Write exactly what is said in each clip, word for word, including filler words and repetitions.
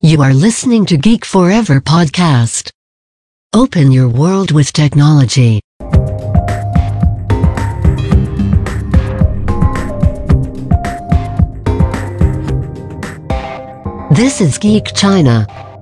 You are listening to Geek Forever podcast. Open your world with technology. This is Geek China.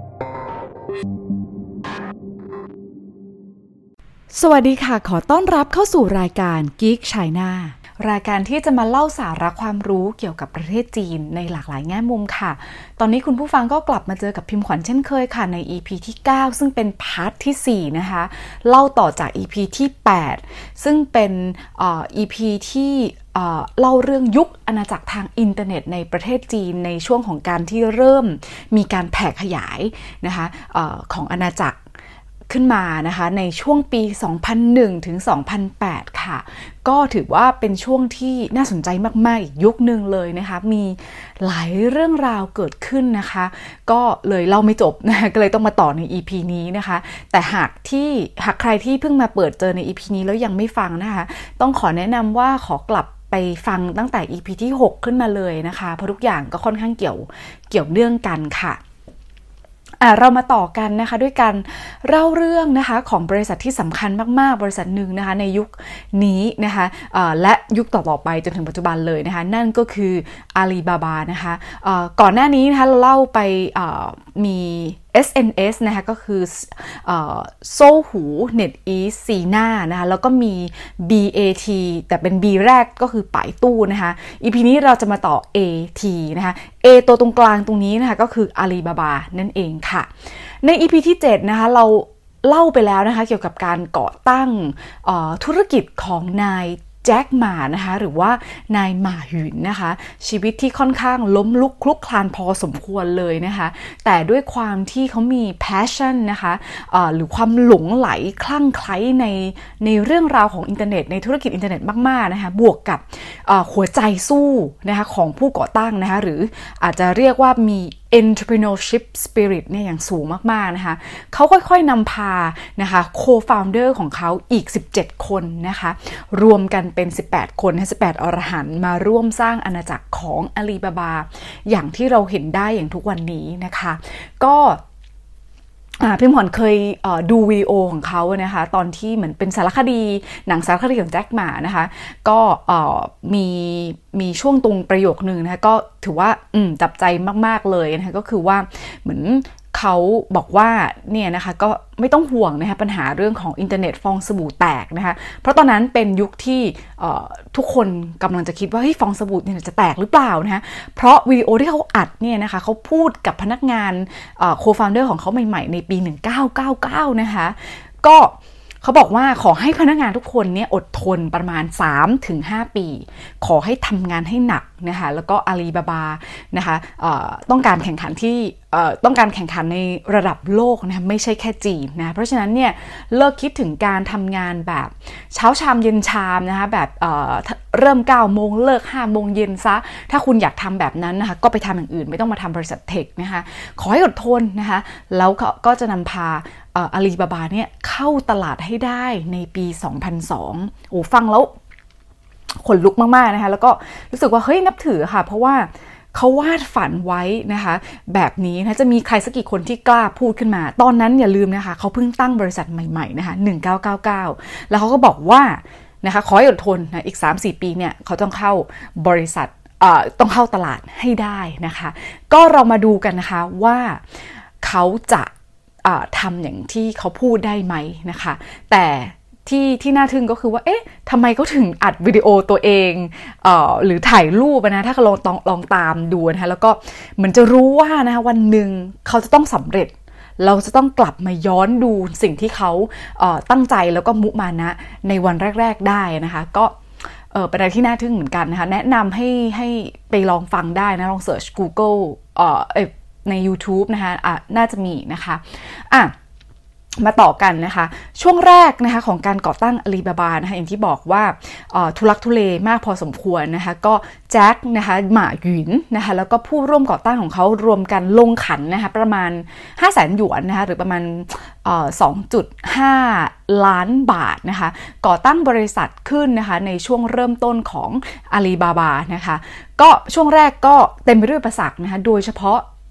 สวัสดีค่ะขอต้อนรับเข้าสู่รายการ Geek China รายการที่จะมาเล่าสาระความรู้เกี่ยวกับประเทศจีนในหลากหลายแง่มุมค่ะตอนนี้คุณผู้ฟังก็กลับมาเจอกับพิมพ์ขวัญเช่นเคยค่ะใน อี พี ที่เก้าซึ่งเป็นพาร์ทที่สี่นะคะเล่าต่อจาก อี พี ที่แปดซึ่งเป็นเอ่อ อี พี ที่เอ่อเล่าเรื่องยุคอาณาจักรทางอินเทอร์เน็ตในประเทศจีนในช่วงของการที่เริ่มมีการแผ่ขยายนะคะเอ่อของอาณาจักรขึ้นมานะคะในช่วงปี สองพันหนึ่ง ถึง สองพันแปด ค่ะก็ถือว่าเป็นช่วงที่น่าสนใจมากๆอีกยุคนึงเลยนะคะมีหลายเรื่องราวเกิดขึ้นนะคะก็เลยเล่าไม่จบนะก็เลยต้องมาต่อใน อี พี นี้นะคะแต่หากที่หากใครที่เพิ่งมาเปิดเจอใน อี พี นี้แล้วยังไม่ฟังนะคะต้องขอแนะนำว่าขอกลับไปฟังตั้งแต่ อี พี ที่หกขึ้นมาเลยนะคะเพราะทุกอย่างก็ค่อนข้างเกี่ยวเกี่ยวเนื่องกันค่ะเรามาต่อกันนะคะด้วยการเล่าเรื่องนะคะของบริษัทที่สำคัญมากๆบริษัทหนึ่งนะคะในยุคนี้นะคะและยุคต่อๆไปจนถึงปัจจุบันเลยนะคะนั่นก็คืออาลีบาบานะคะก่อนหน้านี้นะคะเราเล่าไปมี เอส เอ็น เอส นะคะก็คือโซ่หู NetEase ซีน่านะคะแล้วก็มี บี เอ ที แต่เป็น B แรกก็คือป่ายตู้นะคะ อี พี นี้เราจะมาต่อ เอ ที นะคะ A ตัวตรงกลางตรงนี้นะคะก็คืออาลีบาบานั่นเองค่ะใน อี พี ที่เจ็ดนะคะเราเล่าไปแล้วนะคะเกี่ยวกับการก่อตั้งธุรกิจของนายแจ็คหม่านะคะหรือว่านายหม่าหยุนนะคะชีวิตที่ค่อนข้างล้มลุกคลุกคลานพอสมควรเลยนะคะแต่ด้วยความที่เขามี passion นะคะหรือความหลงไหลคลั่งไคล้ในในเรื่องราวของอินเทอร์เน็ตในธุรกิจอินเทอร์เน็ตมากๆนะคะบวกกับหัวใจสู้นะคะของผู้ก่อตั้งนะคะหรืออาจจะเรียกว่ามี entrepreneurship spirit เนี่ยอย่างสูงมากๆนะคะเขาค่อยๆนำพานะคะ co-founder ของเขาอีกสิบเจ็ดคนนะคะรวมกันเป็นสิบแปดคนให้สิบแปดอรหันต์มาร่วมสร้างอาณาจักรของอาลีบาบาอย่างที่เราเห็นได้อย่างทุกวันนี้นะคะก็พิมพ์หอนเคยดูวิดีโอของเขานะคะตอนที่เหมือนเป็นสารคดีหนังสารคดีของแจ็คหม่านะคะก็มีมีช่วงตรงประโยคนึงนะคะก็ถือว่าจับใจมากๆเลยนะคะก็คือว่าเหมือนเขาบอกว่าเนี่ยนะคะก็ไม่ต้องห่วงนะคะปัญหาเรื่องของอินเทอร์เน็ตฟองสบู่แตกนะคะเพราะตอนนั้นเป็นยุคที่ทุกคนกำลังจะคิดว่าเฮ้ยฟองสบู่เนี่ยจะแตกหรือเปล่านะคะเพราะวิดีโอที่เขาอัดเนี่ยนะคะเขาพูดกับพนักงานโคฟาวเดอร์ของเขาใหม่ๆในปีหนึ่งพันเก้าร้อยเก้าสิบเก้านะคะก็เขาบอกว่าขอให้พนักงานทุกคนเนี่ยอดทนประมาณ สามถึงห้า ปีขอให้ทำงานให้หนักนะคะแล้วก็อาลีบาบานะคะต้องการแข่งขันที่ต้องการแข่งขันในระดับโลกนะคะไม่ใช่แค่จีนนะเพราะฉะนั้นเนี่ยเลิกคิดถึงการทำงานแบบเช้าชามเย็นชามนะคะแบบเ, เริ่มเก้าโมงเลิกห้าโมงเย็นซะถ้าคุณอยากทำแบบนั้นนะคะก็ไปทำอย่างอื่นไม่ต้องมาทำบริษัทเทคนะคะขอให้อดทนนะคะแล้วก็จะนำพาอาลีบาบาเนี่ยเข้าตลาดให้ได้ในปีสองพันสองโอ้ฟังแล้วขนลุกมากๆนะคะแล้วก็รู้สึกว่าเฮ้ยนับถือค่ะเพราะว่าเขาวาดฝันไว้นะคะแบบนี้นะจะมีใครสักกี่คนที่กล้าพูดขึ้นมาตอนนั้นอย่าลืมนะคะเขาเพิ่งตั้งบริษัทใหม่ๆนะคะหนึ่งพันเก้าร้อยเก้าสิบเก้าแล้วเขาก็บอกว่านะคะขอให้อดทนนะอีก สามถึงสี่ ปีเนี่ยเขาต้องเข้าบริษัทเอ่อต้องเข้าตลาดให้ได้นะคะก็เรามาดูกันนะคะว่าเขาจะทำอย่างที่เขาพูดได้ไหมนะคะแต่ที่ที่น่าทึ่งก็คือว่าเอ๊ะทำไมเขาถึงอัดวิดีโอตัวเองเอ่อหรือถ่ายรูปนะถ้าเราลองลองตามดูนะคะแล้วก็เหมือนจะรู้ว่านะคะวันหนึ่งเขาจะต้องสำเร็จเราจะต้องกลับมาย้อนดูสิ่งที่เขาเอ่อตั้งใจแล้วก็มุมานะในวันแรกๆได้นะคะก็เออเป็นอะไรที่น่าทึ่งเหมือนกันนะคะแนะนำให้ให้ไปลองฟังได้นะลองเสิร์ช Google เอ่อใน YouTube นะคะอ่ะน่าจะมีนะคะอ่ะมาต่อกันนะคะช่วงแรกนะคะของการก่อตั้งอาลีบาบานะคะอย่างที่บอกว่าทุลักทุเลมากพอสมควรนะคะก็แจ็คนะคะหม่าหยุนนะคะแล้วก็ผู้ร่วมก่อตั้งของเขารวมกันลงขันนะคะประมาณ ห้าแสน หยวนนะคะหรือประมาณ สองจุดห้า ล้านบาทนะคะก่อตั้งบริษัทขึ้นนะคะในช่วงเริ่มต้นของอาลีบาบานะคะก็ช่วงแรกก็เต็มไปด้วยอุปสรรคนะคะโดยเฉพาะ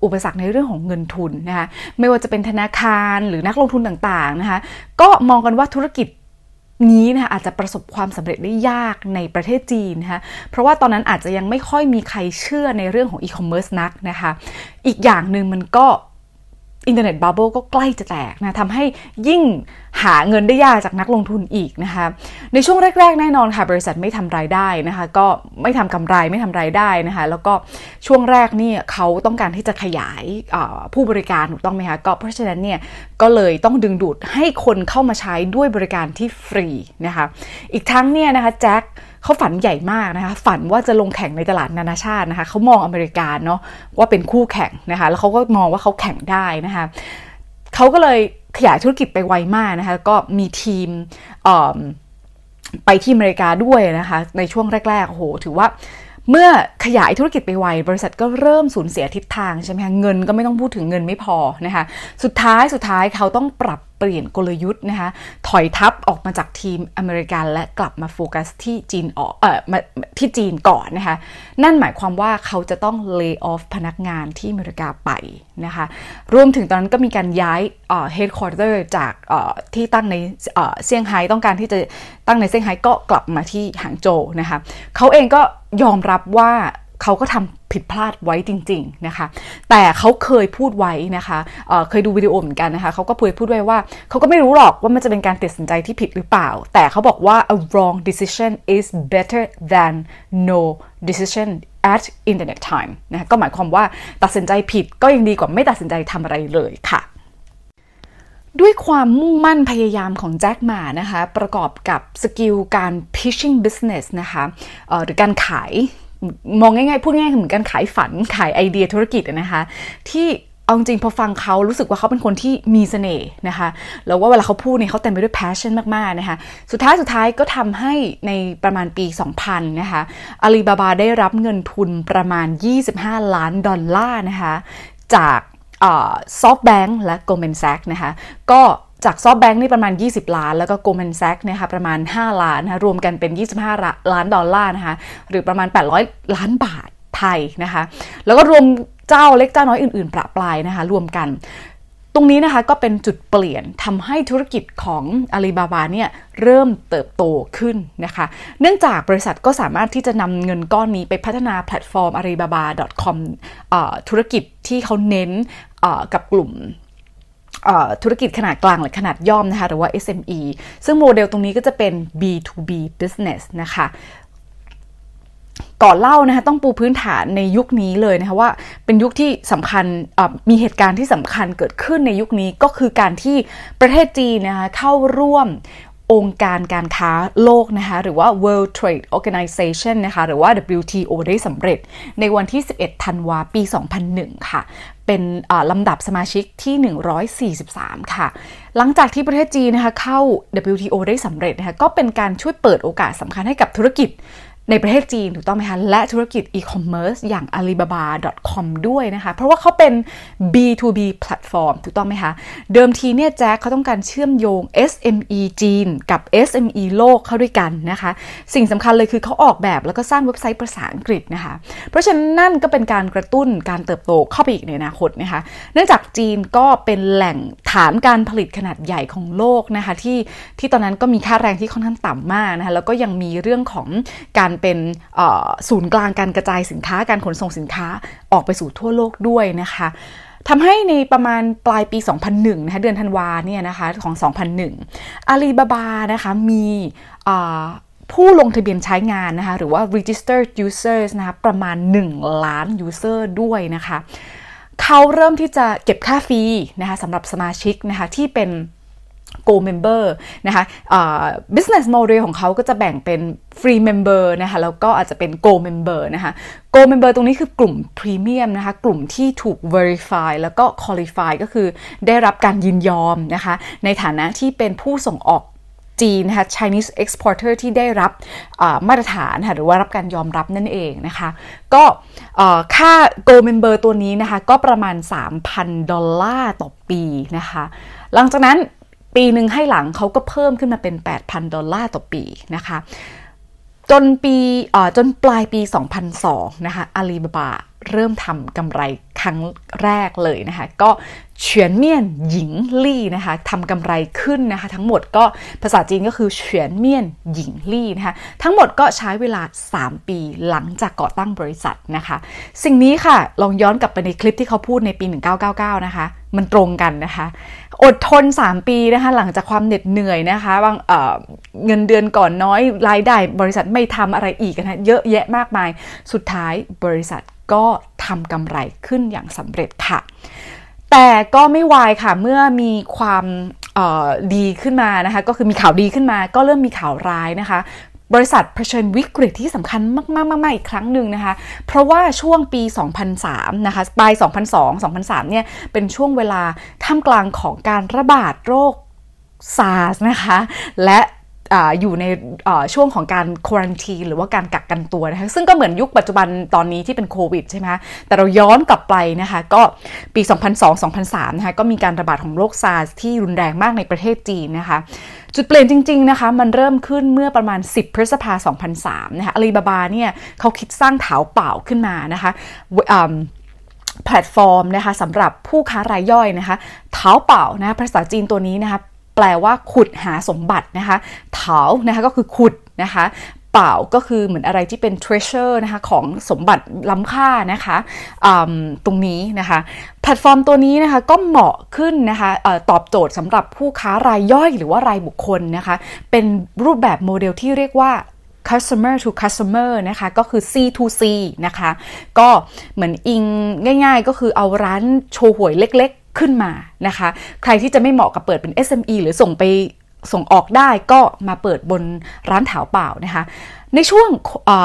อุปสรรคในเรื่องของเงินทุนนะคะไม่ว่าจะเป็นธนาคารหรือนักลงทุนต่างๆนะคะก็มองกันว่าธุรกิจนี้นะคะอาจจะประสบความสำเร็จได้ยากในประเทศจีนนะคะเพราะว่าตอนนั้นอาจจะยังไม่ค่อยมีใครเชื่อในเรื่องของอีคอมเมิร์ซนักนะคะอีกอย่างหนึ่งมันก็อินเทอร์เน็ตบับเบิ้ลก็ใกล้จะแตกนะทำให้ยิ่งหาเงินได้ยากจากนักลงทุนอีกนะคะในช่วงแรกๆแน่นอนค่ะบริษัทไม่ทำรายได้นะคะก็ไม่ทำกำไรไม่ทำรายได้นะคะแล้วก็ช่วงแรกนี่เขาต้องการที่จะขยายผู้บริการถูกต้องไหมคะก็เพราะฉะนั้นเนี่ยก็เลยต้องดึงดูดให้คนเข้ามาใช้ด้วยบริการที่ฟรีนะคะอีกทั้งเนี่ยนะคะแจ็คเขาฝันใหญ่มากนะคะฝันว่าจะลงแข่งในตลาดนานาชาตินะคะเขามองอเมริกาเนาะว่าเป็นคู่แข่งนะคะแล้วเขาก็มองว่าเขาแข่งได้นะคะเขาก็เลยขยายธุรกิจไปไวมากนะคะก็มีทีมไปที่อเมริกาด้วยนะคะในช่วงแรกๆโอ้โหถือว่าเมื่อขยายธุรกิจไปไวบริษัทก็เริ่มสูญเสียทิศทางใช่ไหมคะเงินก็ไม่ต้องพูดถึงเงินไม่พอนะคะสุดท้ายสุดท้ายเขาต้องปรับเปลี่ยนกลยุทธ์นะคะถอยทัพออกมาจากทีมอเมริกันและกลับมาโฟกัสที่จีนออกเอ่อมาที่จีนก่อนนะคะนั่นหมายความว่าเขาจะต้อง lay off พนักงานที่อเมริกาไปนะคะรวมถึงตอนนั้นก็มีการย้ายเอ่อ headquarter จากเอ่อที่ตั้งในเอ่อเซี่ยงไฮ้ต้องการที่จะตั้งในเซี่ยงไฮ้ก็กลับมาที่หางโจวนะคะเขาเองก็ยอมรับว่าเขาก็ทำผิดพลาดไว้จริงๆนะคะแต่เขาเคยพูดไว้นะคะเอ่อเคยดูวิดีโอเหมือนกันนะคะเขาก็เคยพูดไว้ว่าเขาก็ไม่รู้หรอกว่ามันจะเป็นการตัดสินใจที่ผิดหรือเปล่าแต่เขาบอกว่า a wrong decision is better than no decision at internet time นะคะก็หมายความว่าตัดสินใจผิดก็ยังดีกว่าไม่ตัดสินใจทำอะไรเลยค่ะด้วยความมุ่งมั่นพยายามของแจ็คหม่านะคะประกอบกับสกิลการ pitching business นะคะเอ่อหรือการขายมองง่ายๆพูดง่ายๆเหมือนการขายฝันขายไอเดียธุรกิจนะคะที่เอาจริงพอฟังเขารู้สึกว่าเขาเป็นคนที่มีเสน่ห์นะคะแล้วว่าเวลาเขาพูดเนี่ยเขาเต็มไปด้วย passion มากๆนะคะสุดท้ายสุดท้ายก็ทำให้ในประมาณปีสองพันนะคะอาลีบาบาได้รับเงินทุนประมาณยี่สิบห้าล้านดอลลาร์นะคะจากซอฟต์แบงก์และ Goldman Sachs นะคะก็จากซอฟต์แบงก์นี่ประมาณยี่สิบล้านแล้วก็ Goldman Sachs นะคะประมาณห้าล้านนะคะรวมกันเป็นยี่สิบห้าล้านดอลลาร์นะคะหรือประมาณแปดร้อยล้านบาทไทยนะคะแล้วก็รวมเจ้าเล็กเจ้าน้อยอื่นๆประปรายนะคะรวมกันตรงนี้นะคะก็เป็นจุดเปลี่ยนทำให้ธุรกิจของอาลีบาบาเนี่ยเริ่มเติบโตขึ้นนะคะเนื่องจากบริษัทก็สามารถที่จะนำเงินก้อนนี้ไปพัฒนาแพลตฟอร์ม อาลีบาบา ดอท คอม ธุรกิจที่เขาเน้นกับกลุ่มธุรกิจขนาดกลางหรือขนาดย่อมนะคะหรือว่า เอส เอ็ม อี ซึ่งโมเดลตรงนี้ก็จะเป็น บี ทู บี business นะคะก่อนเล่านะคะต้องปูพื้นฐานในยุคนี้เลยนะคะว่าเป็นยุคที่สำคัญมีเหตุการณ์ที่สำคัญเกิดขึ้นในยุคนี้ก็คือการที่ประเทศจีนนะคะเข้าร่วมองค์การการค้าโลกนะคะหรือว่า World Trade Organization นะคะหรือว่า ดับเบิลยู ที โอ ได้สำเร็จในวันที่สิบเอ็ดธันวาคมปีสองพันหนึ่งค่ะเป็นลำดับสมาชิกที่หนึ่งร้อยสี่สิบสามค่ะหลังจากที่ประเทศจีนนะคะเข้า ดับเบิลยู ที โอ ได้สำเร็จนะคะก็เป็นการช่วยเปิดโอกาสสำคัญให้กับธุรกิจในประเทศจีนถูกต้องไหมคะและธุรกิจอีคอมเมิร์ซอย่าง อาลีบาบา ดอท คอม ด้วยนะคะเพราะว่าเขาเป็น บี ทู บี แพลตฟอร์มถูกต้องไหมคะเดิมทีเนี่ยแจ็คเขาต้องการเชื่อมโยง เอส เอ็ม อี จีนกับ เอส เอ็ม อี โลกเข้าด้วยกันนะคะสิ่งสำคัญเลยคือเขาออกแบบแล้วก็สร้างเว็บไซต์ภาษาอังกฤษนะคะเพราะฉะนั้นนั่นก็เป็นการกระตุ้นการเติบโตเข้าไปอีกในอนาคตนะคะเนื่องจากจีนก็เป็นแหล่งฐานการผลิตขนาดใหญ่ของโลกนะคะที่ที่ตอนนั้นก็มีค่าแรงที่ค่อนข้างต่ำมากนะคะแล้วก็ยังมีเรื่องของการเป็นศูนย์กลางการกระจายสินค้าการขนส่งสินค้าออกไปสู่ทั่วโลกด้วยนะคะทำให้ในประมาณปลายปีสองพันหนึ่งนะคะเดือนธันวาเนี่ยนะคะของสองพันหนึ่งอาลีบาบานะคะมีผู้ลงทะเบียนใช้งานนะคะหรือว่า registered users นะคะประมาณหนึ่งล้าน user ด้วยนะคะเขาเริ่มที่จะเก็บค่าฟรีนะคะสำหรับสมาชิกนะคะที่เป็นGo Member นะคะ uh, Business Model ของเขาก็จะแบ่งเป็น Free Member นะคะแล้วก็อาจจะเป็น Go Member นะคะ Go Member ตรงนี้คือกลุ่ม Premium นะคะกลุ่มที่ถูก Verify แล้วก็ Qualify ก็คือได้รับการยินยอมนะคะในฐานะที่เป็นผู้ส่งออกจีนนะคะ Chinese Exporter ที่ได้รับมาตรฐานหรือว่ารับการยอมรับนั่นเองนะคะก็ค่า Go Member ตัวนี้นะคะก็ประมาณ สามพัน ดอลลาร์ต่อปีนะคะหลังจากนั้นปีหนึ่งให้หลังเขาก็เพิ่มขึ้นมาเป็น แปดพัน ดอลลาร์ต่อปีนะคะจนปีเอ่อจนปลายปีสองพันสองนะคะอาลีบาบาเริ่มทำกำไรครั้งแรกเลยนะคะก็เฉียนเมี่ยนหญิงลี่นะคะทำกำไรขึ้นนะคะทั้งหมดก็ภาษาจีนก็คือเฉียนเมี่ยนหญิงลี่นะคะทั้งหมดก็ใช้เวลาสามปีหลังจากก่อตั้งบริษัทนะคะสิ่งนี้ค่ะลองย้อนกลับไปในคลิปที่เขาพูดในปีหนึ่งพันเก้าร้อยเก้าสิบเก้านะคะมันตรงกันนะคะอดทนสามปีนะคะหลังจากความเหน็ดเหนื่อยนะคะบางเอ่อเงินเดือนก่อนน้อยรายได้บริษัทไม่ทำอะไรอีกนะเยอะแยะมากมายสุดท้ายบริษัทก็ทำกำไรขึ้นอย่างสำเร็จค่ะแต่ก็ไม่วายค่ะเมื่อมีความดีขึ้นมานะคะก็คือมีข่าวดีขึ้นมาก็เริ่มมีข่าวร้ายนะคะบริษัทเผชิญวิกฤตที่สำคัญมากๆๆอีกครั้งหนึ่งนะคะเพราะว่าช่วงปีสองพันสามนะคะปลายสองพันสอง สองพันสามเนี่ยเป็นช่วงเวลาท่ามกลางของการระบาดโรค SARS นะคะและอยู่ในช่วงของการควอรันทีนหรือว่าการกักกันตัวนะคะซึ่งก็เหมือนยุคปัจจุบันตอนนี้ที่เป็นโควิดใช่ไหมคะแต่เราย้อนกลับไปนะคะก็ปี สองพันสอง สองพันสาม นะคะก็มีการระบาดของโรค SARS ที่รุนแรงมากในประเทศจีนนะคะจุดเปลี่ยนจริงๆนะคะมันเริ่มขึ้นเมื่อประมาณสิบพฤษภาคม สองพันสาม นะคะอาลีบาบาเนี่ยเขาคิดสร้างเถาเป่าขึ้นมานะคะแพลตฟอร์มนะคะสำหรับผู้ค้ารายย่อยนะคะเถาเป่านะภาษาจีนตัวนี้นะคะแปลว่าขุดหาสมบัตินะคะเถานะคะก็คือขุดนะคะเป่าก็คือเหมือนอะไรที่เป็น treasure นะคะของสมบัติล้ำค่านะคะตรงนี้นะคะแพลตฟอร์มตัวนี้นะคะก็เหมาะขึ้นนะคะตอบโจทย์สำหรับผู้ค้ารายย่อยหรือว่ารายบุคคลนะคะเป็นรูปแบบโมเดลที่เรียกว่า customer to customer นะคะก็คือ ซี ทู ซี นะคะก็เหมือนอิงง่ายๆก็คือเอาร้านโชว์หวยเล็กๆขึ้นมานะคะใครที่จะไม่เหมาะกับเปิดเป็น เอส เอ็ม อี หรือส่งไปส่งออกได้ก็มาเปิดบนร้านเถาเป่านะคะในช่วง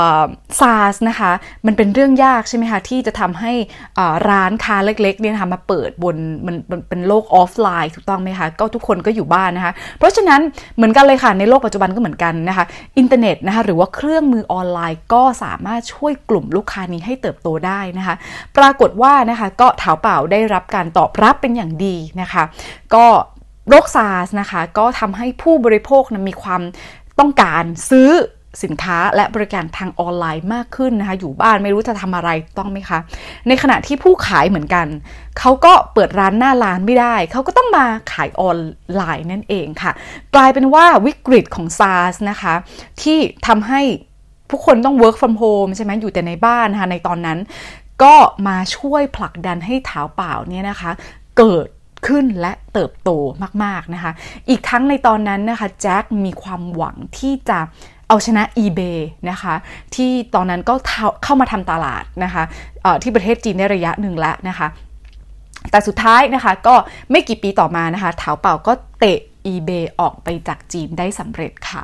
SARS นะคะมันเป็นเรื่องยากใช่ไหมคะที่จะทำให้ร้านค้าเล็กๆเนี่ยนะคะมาเปิดบนมันเป็นโลกออฟไลน์ถูกต้องไหมคะก็ทุกคนก็อยู่บ้านนะคะเพราะฉะนั้นเหมือนกันเลยค่ะในโลกปัจจุบันก็เหมือนกันนะคะอินเทอร์เน็ตนะคะหรือว่าเครื่องมือออนไลน์ก็สามารถช่วยกลุ่มลูกค้านี้ให้เติบโตได้นะคะปรากฏว่านะคะก็เถาเป่าได้รับการตอบรับเป็นอย่างดีนะคะก็โรค SARS นะคะก็ทำให้ผู้บริโภคนะมีความต้องการซื้อสินค้าและบริการทางออนไลน์มากขึ้นนะคะอยู่บ้านไม่รู้จะทำอะไรต้องไหมคะในขณะที่ผู้ขายเหมือนกันเขาก็เปิดร้านหน้าร้านไม่ได้เขาก็ต้องมาขายออนไลน์นั่นเองค่ะกลายเป็นว่าวิกฤตของ SARS นะคะที่ทำให้ผู้คนต้อง work from home ใช่ไหมอยู่แต่ในบ้านนะคะในตอนนั้นก็มาช่วยผลักดันให้เถาเป่าเนี่ยนะคะเกิดขึ้นและเติบโตมากๆนะคะอีกทั้งในตอนนั้นนะคะแจ็คมีความหวังที่จะเอาชนะ eBay นะคะที่ตอนนั้นก็เข้ามาทำตลาดนะคะที่ประเทศจีนได้ระยะหนึ่งแล้วนะคะแต่สุดท้ายนะคะก็ไม่กี่ปีต่อมานะคะเถาเป่าก็เตะ eBay ออกไปจากจีนได้สำเร็จค่ะ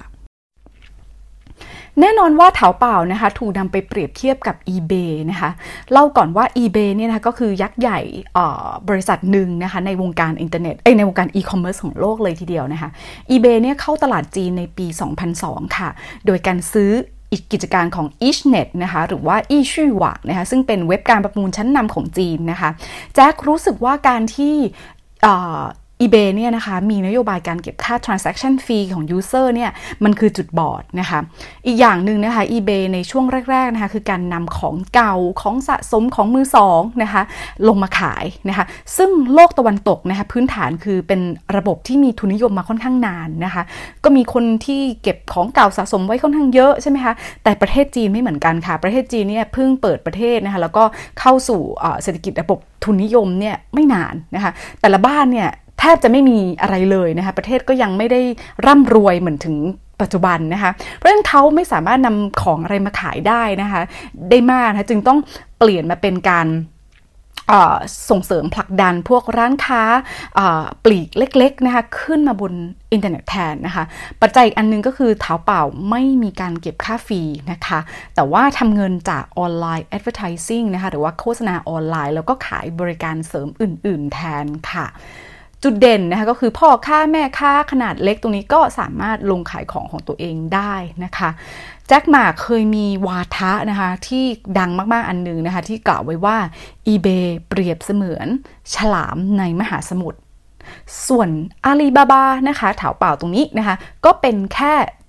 แน่นอนว่าเถาเป่านะคะถูกนำไปเปรียบเทียบกับ eBay นะคะเล่าก่อนว่า eBay เนี่ยนะคะก็คือยักษ์ใหญ่บริษัทหนึ่งนะคะในวงการอินเทอร์เน็ตเอ้ยในวงการอีคอมเมิร์ซของโลกเลยทีเดียวนะคะ eBay เนี่ยเข้าตลาดจีนในปี สองพันสอง ค่ะโดยการซื้อกิจการของ Eachnet นะคะหรือว่าอี้ชี่หวังนะคะซึ่งเป็นเว็บการประมูลชั้นนำของจีนนะคะแจ็ครู้สึกว่าการที่eBay เนี่ยนะคะมีนโยบายการเก็บค่า transaction fee ของ user เนี่ยมันคือจุดบอดนะคะอีกอย่างหนึ่งนะคะ eBay ในช่วงแรกๆนะคะคือการนำของเก่าของสะสมของมือสองนะคะลงมาขายนะคะซึ่งโลกตะวันตกนะคะพื้นฐานคือเป็นระบบที่มีทุนนิยมมาค่อนข้างนานนะคะก็มีคนที่เก็บของเก่าสะสมไว้ค่อนข้างเยอะใช่ไหมคะแต่ประเทศจีนไม่เหมือนกันค่ะประเทศจีนเนี่ยเพิ่งเปิดประเทศนะคะแล้วก็เข้าสู่เศรษฐกิจระบบทุนนิยมเนี่ยไม่นานนะคะแต่ละบ้านเนี่ยแทบจะไม่มีอะไรเลยนะคะประเทศก็ยังไม่ได้ร่ำรวยเหมือนถึงปัจจุบันนะคะเพราะฉะนั้นเขาไม่สามารถนำของอะไรมาขายได้นะคะได้มากนะจึงต้องเปลี่ยนมาเป็นการส่งเสริมผลักดันพวกร้านค้าปลีกเล็กๆนะคะขึ้นมาบนอินเทอร์เน็ตแทนนะคะปัจจัยอันนึงก็คือเถาเป่าไม่มีการเก็บค่าฟรีนะคะแต่ว่าทำเงินจากออนไลน์ advertising นะคะหรือว่าโฆษณาออนไลน์แล้วก็ขายบริการเสริมอื่นๆแทนค่ะจุดเด่นนะคะก็คือพ่อค้าแม่ค้าขนาดเล็กตรงนี้ก็สามารถลงขายของของตัวเองได้นะคะแจ็คหม่าเคยมีวาทะนะคะที่ดังมากๆอันนึงนะคะที่กล่าวไว้ว่า eBay เปรียบเสมือนฉลามในมหาสมุทรส่วนอาลีบาบานะคะเถาเป่าตรงนี้นะคะก็เป็นแค่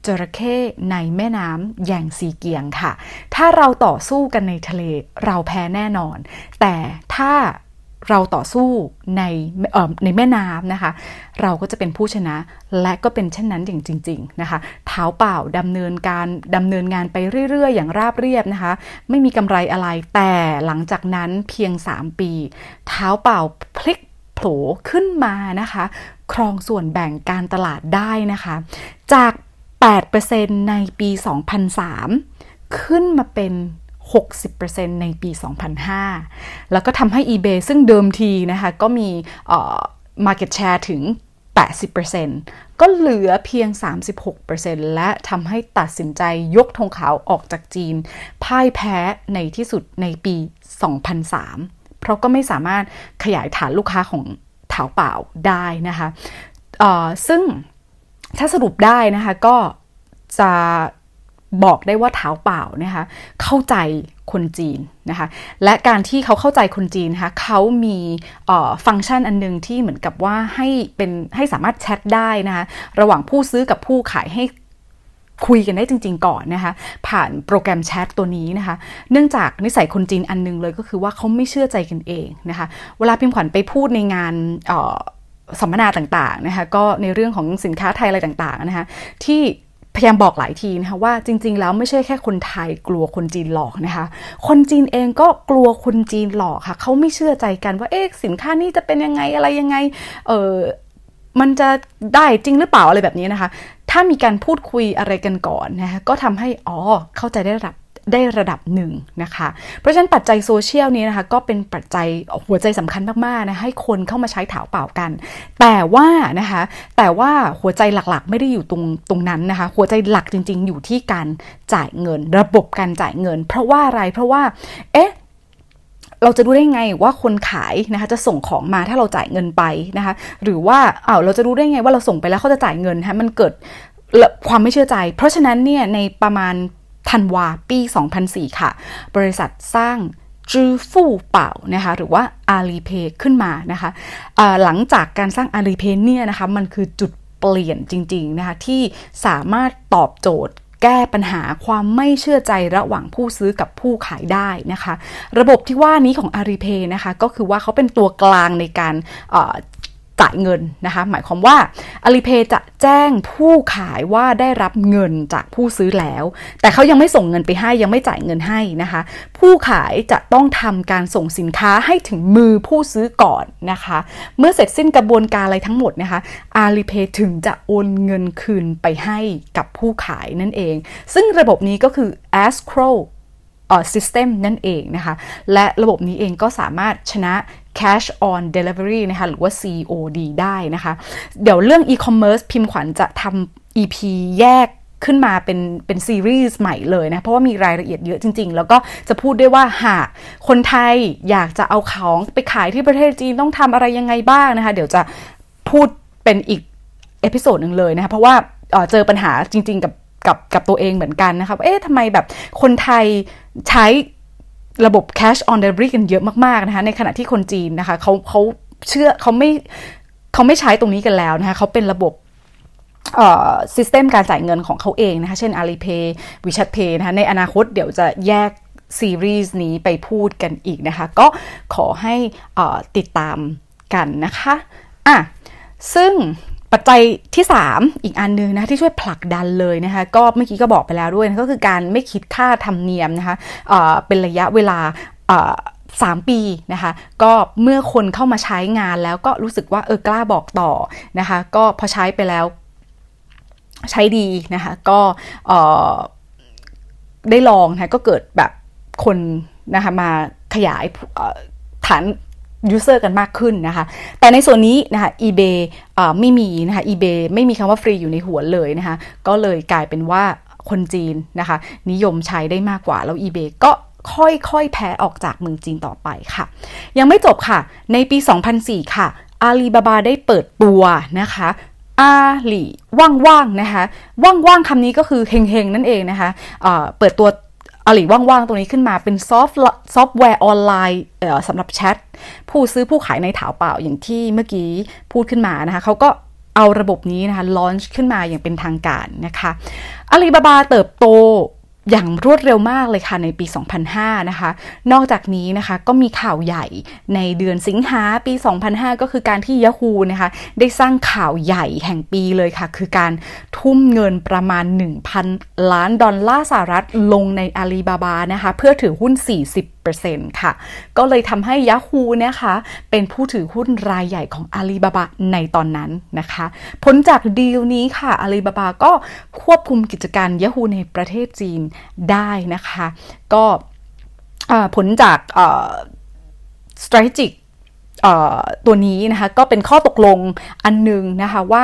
จระเข้ในแม่น้ำแยงซีเกียงค่ะถ้าเราต่อสู้กันในทะเลเราแพ้แน่นอนแต่ถ้าเราต่อสู้ในเอ่อในแม่น้ำนะคะเราก็จะเป็นผู้ชนะและก็เป็นเช่นนั้นอย่างจริงๆนะคะเท้าเปล่าดำเนินการดำเนินงานไปเรื่อยๆอย่างราบเรียบนะคะไม่มีกำไรอะไรแต่หลังจากนั้นเพียงสามปีเท้าเปล่าพลิกโผล่ขึ้นมานะคะครองส่วนแบ่งการตลาดได้นะคะจาก แปดเปอร์เซ็นต์ ในปี สองพันสาม ขึ้นมาเป็นหกสิบเปอร์เซ็นต์ ในปี สองพันห้า แล้วก็ทำให้ eBay ซึ่งเดิมทีนะคะก็มีเอ่อ market share ถึง แปดสิบเปอร์เซ็นต์ ก็เหลือเพียง สามสิบหกเปอร์เซ็นต์ และทำให้ตัดสินใจยกธงขาวออกจากจีนพ่ายแพ้ในที่สุดในปี สองพันสาม เพราะก็ไม่สามารถขยายฐานลูกค้าของเท้าเปล่าได้นะคะเอ่อซึ่งถ้าสรุปได้นะคะก็จะบอกได้ว่าเท้าเปล่านะคะเข้าใจคนจีนนะคะและการที่เขาเข้าใจคนจีนนะคะเขามีฟังก์ชันอันนึงที่เหมือนกับว่าให้เป็นให้สามารถแชทได้นะคะระหว่างผู้ซื้อกับผู้ขายให้คุยกันได้จริงๆก่อนนะคะผ่านโปรแกรมแชทตัวนี้นะคะเนื่องจากนิสัยคนจีนอันนึงเลยก็คือว่าเขาไม่เชื่อใจกันเองนะคะเวลาพิมพ์ขวัญไปพูดในงานสัมมนาต่างๆนะคะก็ในเรื่องของสินค้าไทยอะไรต่างๆนะคะที่พยายามบอกหลายทีนะคะว่าจริงๆแล้วไม่ใช่แค่คนไทยกลัวคนจีนหลอกนะคะคนจีนเองก็กลัวคนจีนหลอกค่ะเขาไม่เชื่อใจกันว่าเอ๊ะสินค้านี้จะเป็นยังไงอะไรยังไงเออมันจะได้จริงหรือเปล่าอะไรแบบนี้นะคะถ้ามีการพูดคุยอะไรกันก่อนนะคะก็ทำให้อ๋อเข้าใจได้ระดับได้ระดับหนึ่งนะคะเพราะฉะนั้นปัจจัยโซเชียลนี้นะคะก็เป็นปัจจัยหัวใจสำคัญมากๆนะให้คนเข้ามาใช้เท้าเปล่ากันแต่ว่านะคะแต่ว่าหัวใจหลักๆไม่ได้อยู่ตรงตรงนั้นนะคะหัวใจหลักจริงๆอยู่ที่การจ่ายเงินระบบการจ่ายเงินเพราะว่าอะไรเพราะว่าเอ๊ะเราจะรู้ได้ไงว่าคนขายนะคะจะส่งของมาถ้าเราจ่ายเงินไปนะคะหรือว่าอ้าวเราจะรู้ได้ไงว่าเราส่งไปแล้วเขาจะจ่ายเงินนะคะมันเกิดความไม่เชื่อใจเพราะฉะนั้นเนี่ยในประมาณธันวาปี สองพันสี่ ค่ะบริษัทสร้างจื้อฟู่เป่านะคะหรือว่า Alipay ขึ้นมานะคะหลังจากการสร้าง Alipay เนี่ยนะคะมันคือจุดเปลี่ยนจริงๆนะคะที่สามารถตอบโจทย์แก้ปัญหาความไม่เชื่อใจระหว่างผู้ซื้อกับผู้ขายได้นะคะระบบที่ว่านี้ของ Alipay นะคะก็คือว่าเขาเป็นตัวกลางในการจ่ายเงินนะคะหมายความว่า Alipay จะแจ้งผู้ขายว่าได้รับเงินจากผู้ซื้อแล้วแต่เขายังไม่ส่งเงินไปให้ยังไม่จ่ายเงินให้นะคะผู้ขายจะต้องทำการส่งสินค้าให้ถึงมือผู้ซื้อก่อนนะคะเมื่อเสร็จสิ้นกระบวนการอะไรทั้งหมดนะคะ Alipay ถึงจะโอนเงินคืนไปให้กับผู้ขายนั่นเองซึ่งระบบนี้ก็คือ escrow system นั่นเองนะคะและระบบนี้เองก็สามารถชนะ cash on delivery นะคะหรือว่า ซี โอ ดี ได้นะคะเดี๋ยวเรื่อง e-commerce พิมพ์ขวัญจะทำ อี พี แยกขึ้นมาเป็นเป็นซีรีส์ใหม่เลยนะเพราะว่ามีรายละเอียดเยอะจริงๆแล้วก็จะพูดได้ว่าหากคนไทยอยากจะเอาของไปขายที่ประเทศจีนต้องทำอะไรยังไงบ้างนะคะเดี๋ยวจะพูดเป็นอีกเอพิโซดนึงเลยนะคะเพราะว่าเอ่อเจอปัญหาจริงๆกับกับกับตัวเองเหมือนกันนะคะเอ๊ะทำไมแบบคนไทยใช้ระบบ cash on delivery กันเยอะมากๆนะคะในขณะที่คนจีนนะคะเขาเขาเชื่อเขาไม่เขาไม่ใช้ตรงนี้กันแล้วนะคะเขาเป็นระบบเอ่อ system การจ่ายเงินของเขาเองนะคะเช่น Alipay WeChat Pay นะคะในอนาคตเดี๋ยวจะแยกซีรีส์นี้ไปพูดกันอีกนะคะก็ขอให้เอ่อติดตามกันนะคะอ่ะซึ่งปัจจัยที่สามอีกอันนึงนะที่ช่วยผลักดันเลยนะคะก็เมื่อกี้ก็บอกไปแล้วด้วยนะก็คือการไม่คิดค่าธรรมเนียมนะคะเอ่อเป็นระยะเวลาเอ่อสามปีนะคะก็เมื่อคนเข้ามาใช้งานแล้วก็รู้สึกว่าเออกล้าบอกต่อนะคะก็พอใช้ไปแล้วใช้ดีนะคะก็เอ่อได้ลองนะคะก็เกิดแบบคนนะคะมาขยายฐานยูเซอร์กันมากขึ้นนะคะแต่ในส่วนนี้นะคะ eBay อ่าไม่มีนะคะ eBay ไม่มีคำว่าฟรีอยู่ในหัวเลยนะคะก็เลยกลายเป็นว่าคนจีนนะคะนิยมใช้ได้มากกว่าแล้ว eBay ก็ค่อยๆแพ้ออกจากเมืองจีนต่อไปค่ะยังไม่จบค่ะในปีสองพันสี่ค่ะ Alibaba ได้เปิดตัวนะคะอาหลี่ว่างๆนะคะว่างๆคำนี้ก็คือเฮงๆนั่นเองนะคะเอ่อเปิดตัวอาหลี่ว่างๆตรงนี้ขึ้นมาเป็นซอฟต์ซอฟต์แวร์ออนไลน์เอ่อสำหรับแชทผู้ซื้อผู้ขายในถาวเปล่าอย่างที่เมื่อกี้พูดขึ้นมานะคะเขาก็เอาระบบนี้นะคะลอนช์ขึ้นมาอย่างเป็นทางการนะคะอาลีบาบาเติบโตอย่างรวดเร็วมากเลยค่ะในปีสองพันห้านะคะนอกจากนี้นะคะก็มีข่าวใหญ่ในเดือนสิงหาปีสองพันห้าก็คือการที่ Yahoo นะคะได้สร้างข่าวใหญ่แห่งปีเลยค่ะคือการทุ่มเงินประมาณ หนึ่งพัน ล้านดอลลาร์สหรัฐลงในอาลีบาบานะคะเพื่อถือหุ้น สี่สิบเปอร์เซ็นต์ ค่ะก็เลยทำให้ Yahoo นะคะเป็นผู้ถือหุ้นรายใหญ่ของอาลีบาบาในตอนนั้นนะคะผลจากดีลนี้ค่ะอาลีบาบาก็ควบคุมกิจการ Yahoo ในประเทศจีนได้นะคะก็ผลจาก strategic ตัวนี้นะคะก็เป็นข้อตกลงอันนึงนะคะว่า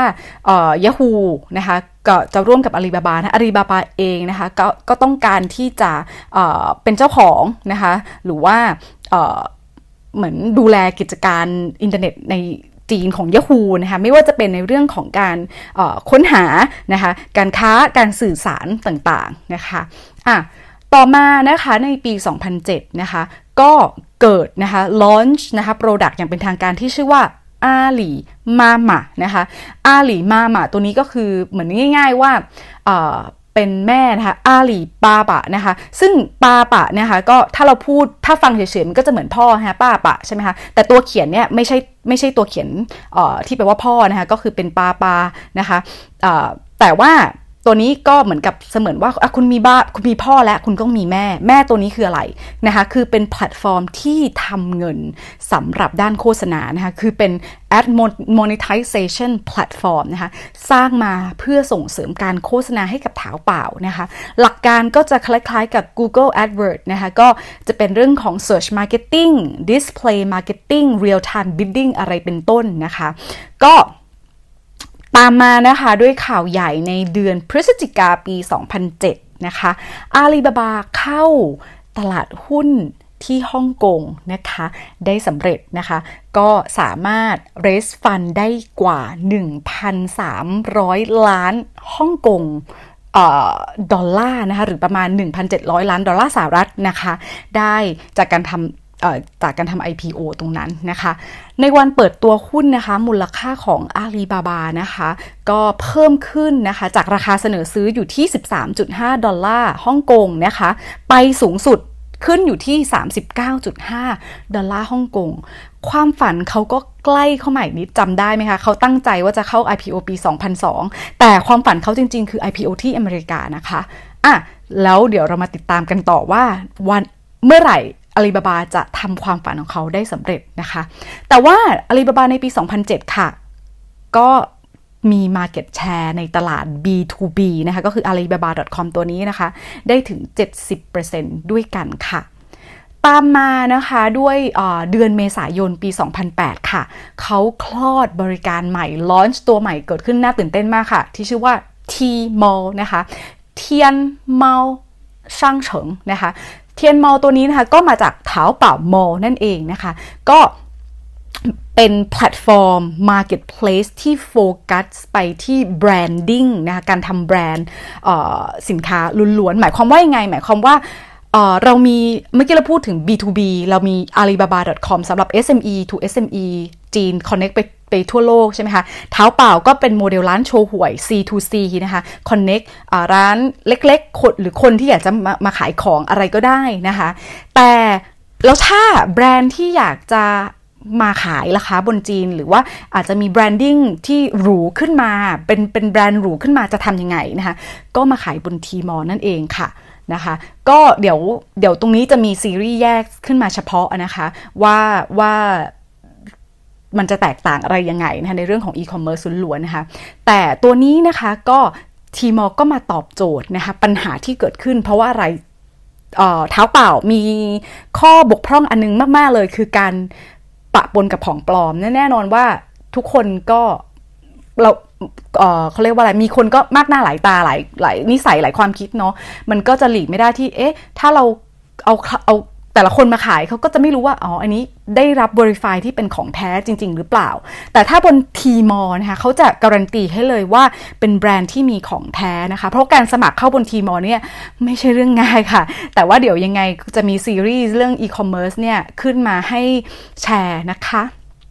Yahoo นะคะก็จะร่วมกับอาลีบาบานะอาลีบาบาเองนะคะก็ก็ต้องการที่จะเป็นเจ้าของนะคะหรือว่าเหมือนดูแลกิจการอินเทอร์เน็ตในจีนของ Yahoo นะคะไม่ว่าจะเป็นในเรื่องของการค้นหานะคะการค้าการสื่อสารต่างๆนะคะอ่ะต่อมานะคะในปีสองพันเจ็ดนะคะก็เกิดนะคะ launch นะคะ product อย่างเป็นทางการที่ชื่อว่าอาลีมาม่านะคะอาลีมาม่าตัวนี้ก็คือเหมือนง่ายๆว่าเอ่อเป็นแม่นะคะอาลีปาปะนะคะซึ่งปาปะนะคะก็ถ้าเราพูดถ้าฟังเฉยๆมันก็จะเหมือนพ่อฮะป้าปะใช่ไหมคะแต่ตัวเขียนเนี่ยไม่ใช่ไม่ใช่ตัวเขียนเอ่อที่แปลว่าพ่อนะคะก็คือเป็นปาปานะคะเอ่อแต่ว่าตัวนี้ก็เหมือนกับเสมือนว่าคุณมีบ้าคุณมีพ่อและคุณก็มีแม่แม่ตัวนี้คืออะไรนะคะคือเป็นแพลตฟอร์มที่ทำเงินสำหรับด้านโฆษณานะคะคือเป็น ad monetization platform นะคะสร้างมาเพื่อส่งเสริมการโฆษณาให้กับเท้าเปล่านะคะหลักการก็จะคล้ายๆกับ Google AdWords นะคะก็จะเป็นเรื่องของ search marketing display marketing real time bidding อะไรเป็นต้นนะคะก็ตามมานะคะด้วยข่าวใหญ่ในเดือนพฤศจิกาปีสองพันเจ็ดนะคะอาลีบาบาเข้าตลาดหุ้นที่ฮ่องกงนะคะได้สำเร็จนะคะก็สามารถ raise fund ได้กว่า หนึ่งพันสามร้อย ล้านฮ่องกงดอลลาร์นะคะหรือประมาณ หนึ่งพันเจ็ดร้อย ล้านดอลลาร์สหรัฐนะคะได้จากการทำจากการทำ ไอ พี โอ ตรงนั้นนะคะในวันเปิดตัวหุ้นนะคะมูลค่าของอาลีบาบานะคะก็เพิ่มขึ้นนะคะจากราคาเสนอซื้ออยู่ที่ สิบสามจุดห้า ดอลลาร์ฮ่องกงนะคะไปสูงสุดขึ้นอยู่ที่ สามสิบเก้าจุดห้า ดอลลาร์ฮ่องกงความฝันเขาก็ใกล้เข้ามาอีกนิดจำได้ไหมคะเขาตั้งใจว่าจะเข้า ไอ พี โอ ปี สองพันสอง แต่ความฝันเขาจริงๆคือ ไอ พี โอ ที่อเมริกานะคะอ่ะแล้วเดี๋ยวเรามาติดตามกันต่อว่าวันเมื่อไหร่อาลีบาบาจะทำความฝันของเขาได้สำเร็จนะคะแต่ว่าอาลีบาบาในปีสองพันเจ็ดค่ะก็มี market share ในตลาด บี ทู บี นะคะก็คือ อาลีบาบา ดอท คอม ตัวนี้นะคะได้ถึง เจ็ดสิบเปอร์เซ็นต์ ด้วยกันค่ะตามมานะคะด้วยเดือนเมษายนปีสองพันแปดค่ะเขาคลอดบริการใหม่ลอนช์ตัวใหม่เกิดขึ้นน่าตื่นเต้นมากค่ะที่ชื่อว่า Tmall นะคะเทียนเมาช่างเฉิงนะคะเทียนมอลตัวนี้นะคะก็มาจากเท้าเป่ามอลนั่นเองนะคะก็เป็นแพลตฟอร์ม Marketplace ที่โฟกัสไปที่แบรนดิ้งนะคะการทำแบรนด์สินค้าล้วนๆหมายความว่ายังไงหมายความว่าเรามีเมื่อกี้เราพูดถึง บี ทู บี เรามี อาลีบาบา ดอท คอม สำหรับ เอส เอ็ม อี to เอส เอ็ม อี จีน Connect ไปไปทั่วโลกใช่ไหมคะเท้าเปล่าก็เป็นโมเดลร้านโชว์หวย ซี ทู ซี นะคะ Connect ร้านเล็กๆคนหรือคนที่อยากจะมามาขายของอะไรก็ได้นะคะแต่แล้วถ้าแบรนด์ที่อยากจะมาขายราคาบนจีนหรือว่าอาจจะมีแบรนดิ้งที่หรูขึ้นมาเป็นเป็นแบรนด์หรูขึ้นมาจะทำยังไงนะคะก็มาขายบน Tmall นั่นเองค่ะนะคะก็เดี๋ยวเดี๋ยวตรงนี้จะมีซีรีส์แยกขึ้นมาเฉพาะนะคะว่าว่ามันจะแตกต่างอะไรยังไงนะคะในเรื่องของอีคอมเมิร์ซล้วนๆนะคะแต่ตัวนี้นะคะก็ Tmall ก็มาตอบโจทย์นะคะปัญหาที่เกิดขึ้นเพราะว่าอะไรเอ่อเท้าเปล่ามีข้อบกพร่องอันนึงมากๆเลยคือการปะปนกับของปลอมแน่นอนว่าทุกคนก็เราเอ่อเขาเรียกว่าอะไรมีคนก็มากหน้าหลายตาหลายหลายนิสัยหลายความคิดเนาะมันก็จะหลีกไม่ได้ที่เอ๊ะถ้าเราเอาเอาแต่ละคนมาขายเขาก็จะไม่รู้ว่าอ๋ออันนี้ได้รับ verify ที่เป็นของแท้จริงๆหรือเปล่าแต่ถ้าบน Tmall นะคะเขาจะการันตีให้เลยว่าเป็นแบรนด์ที่มีของแท้นะคะเพราะการสมัครเข้าบน Tmall เนี่ยไม่ใช่เรื่องง่ายค่ะแต่ว่าเดี๋ยวยังไงจะมีซีรีส์เรื่อง e-commerce เนี่ยขึ้นมาให้แชร์นะคะ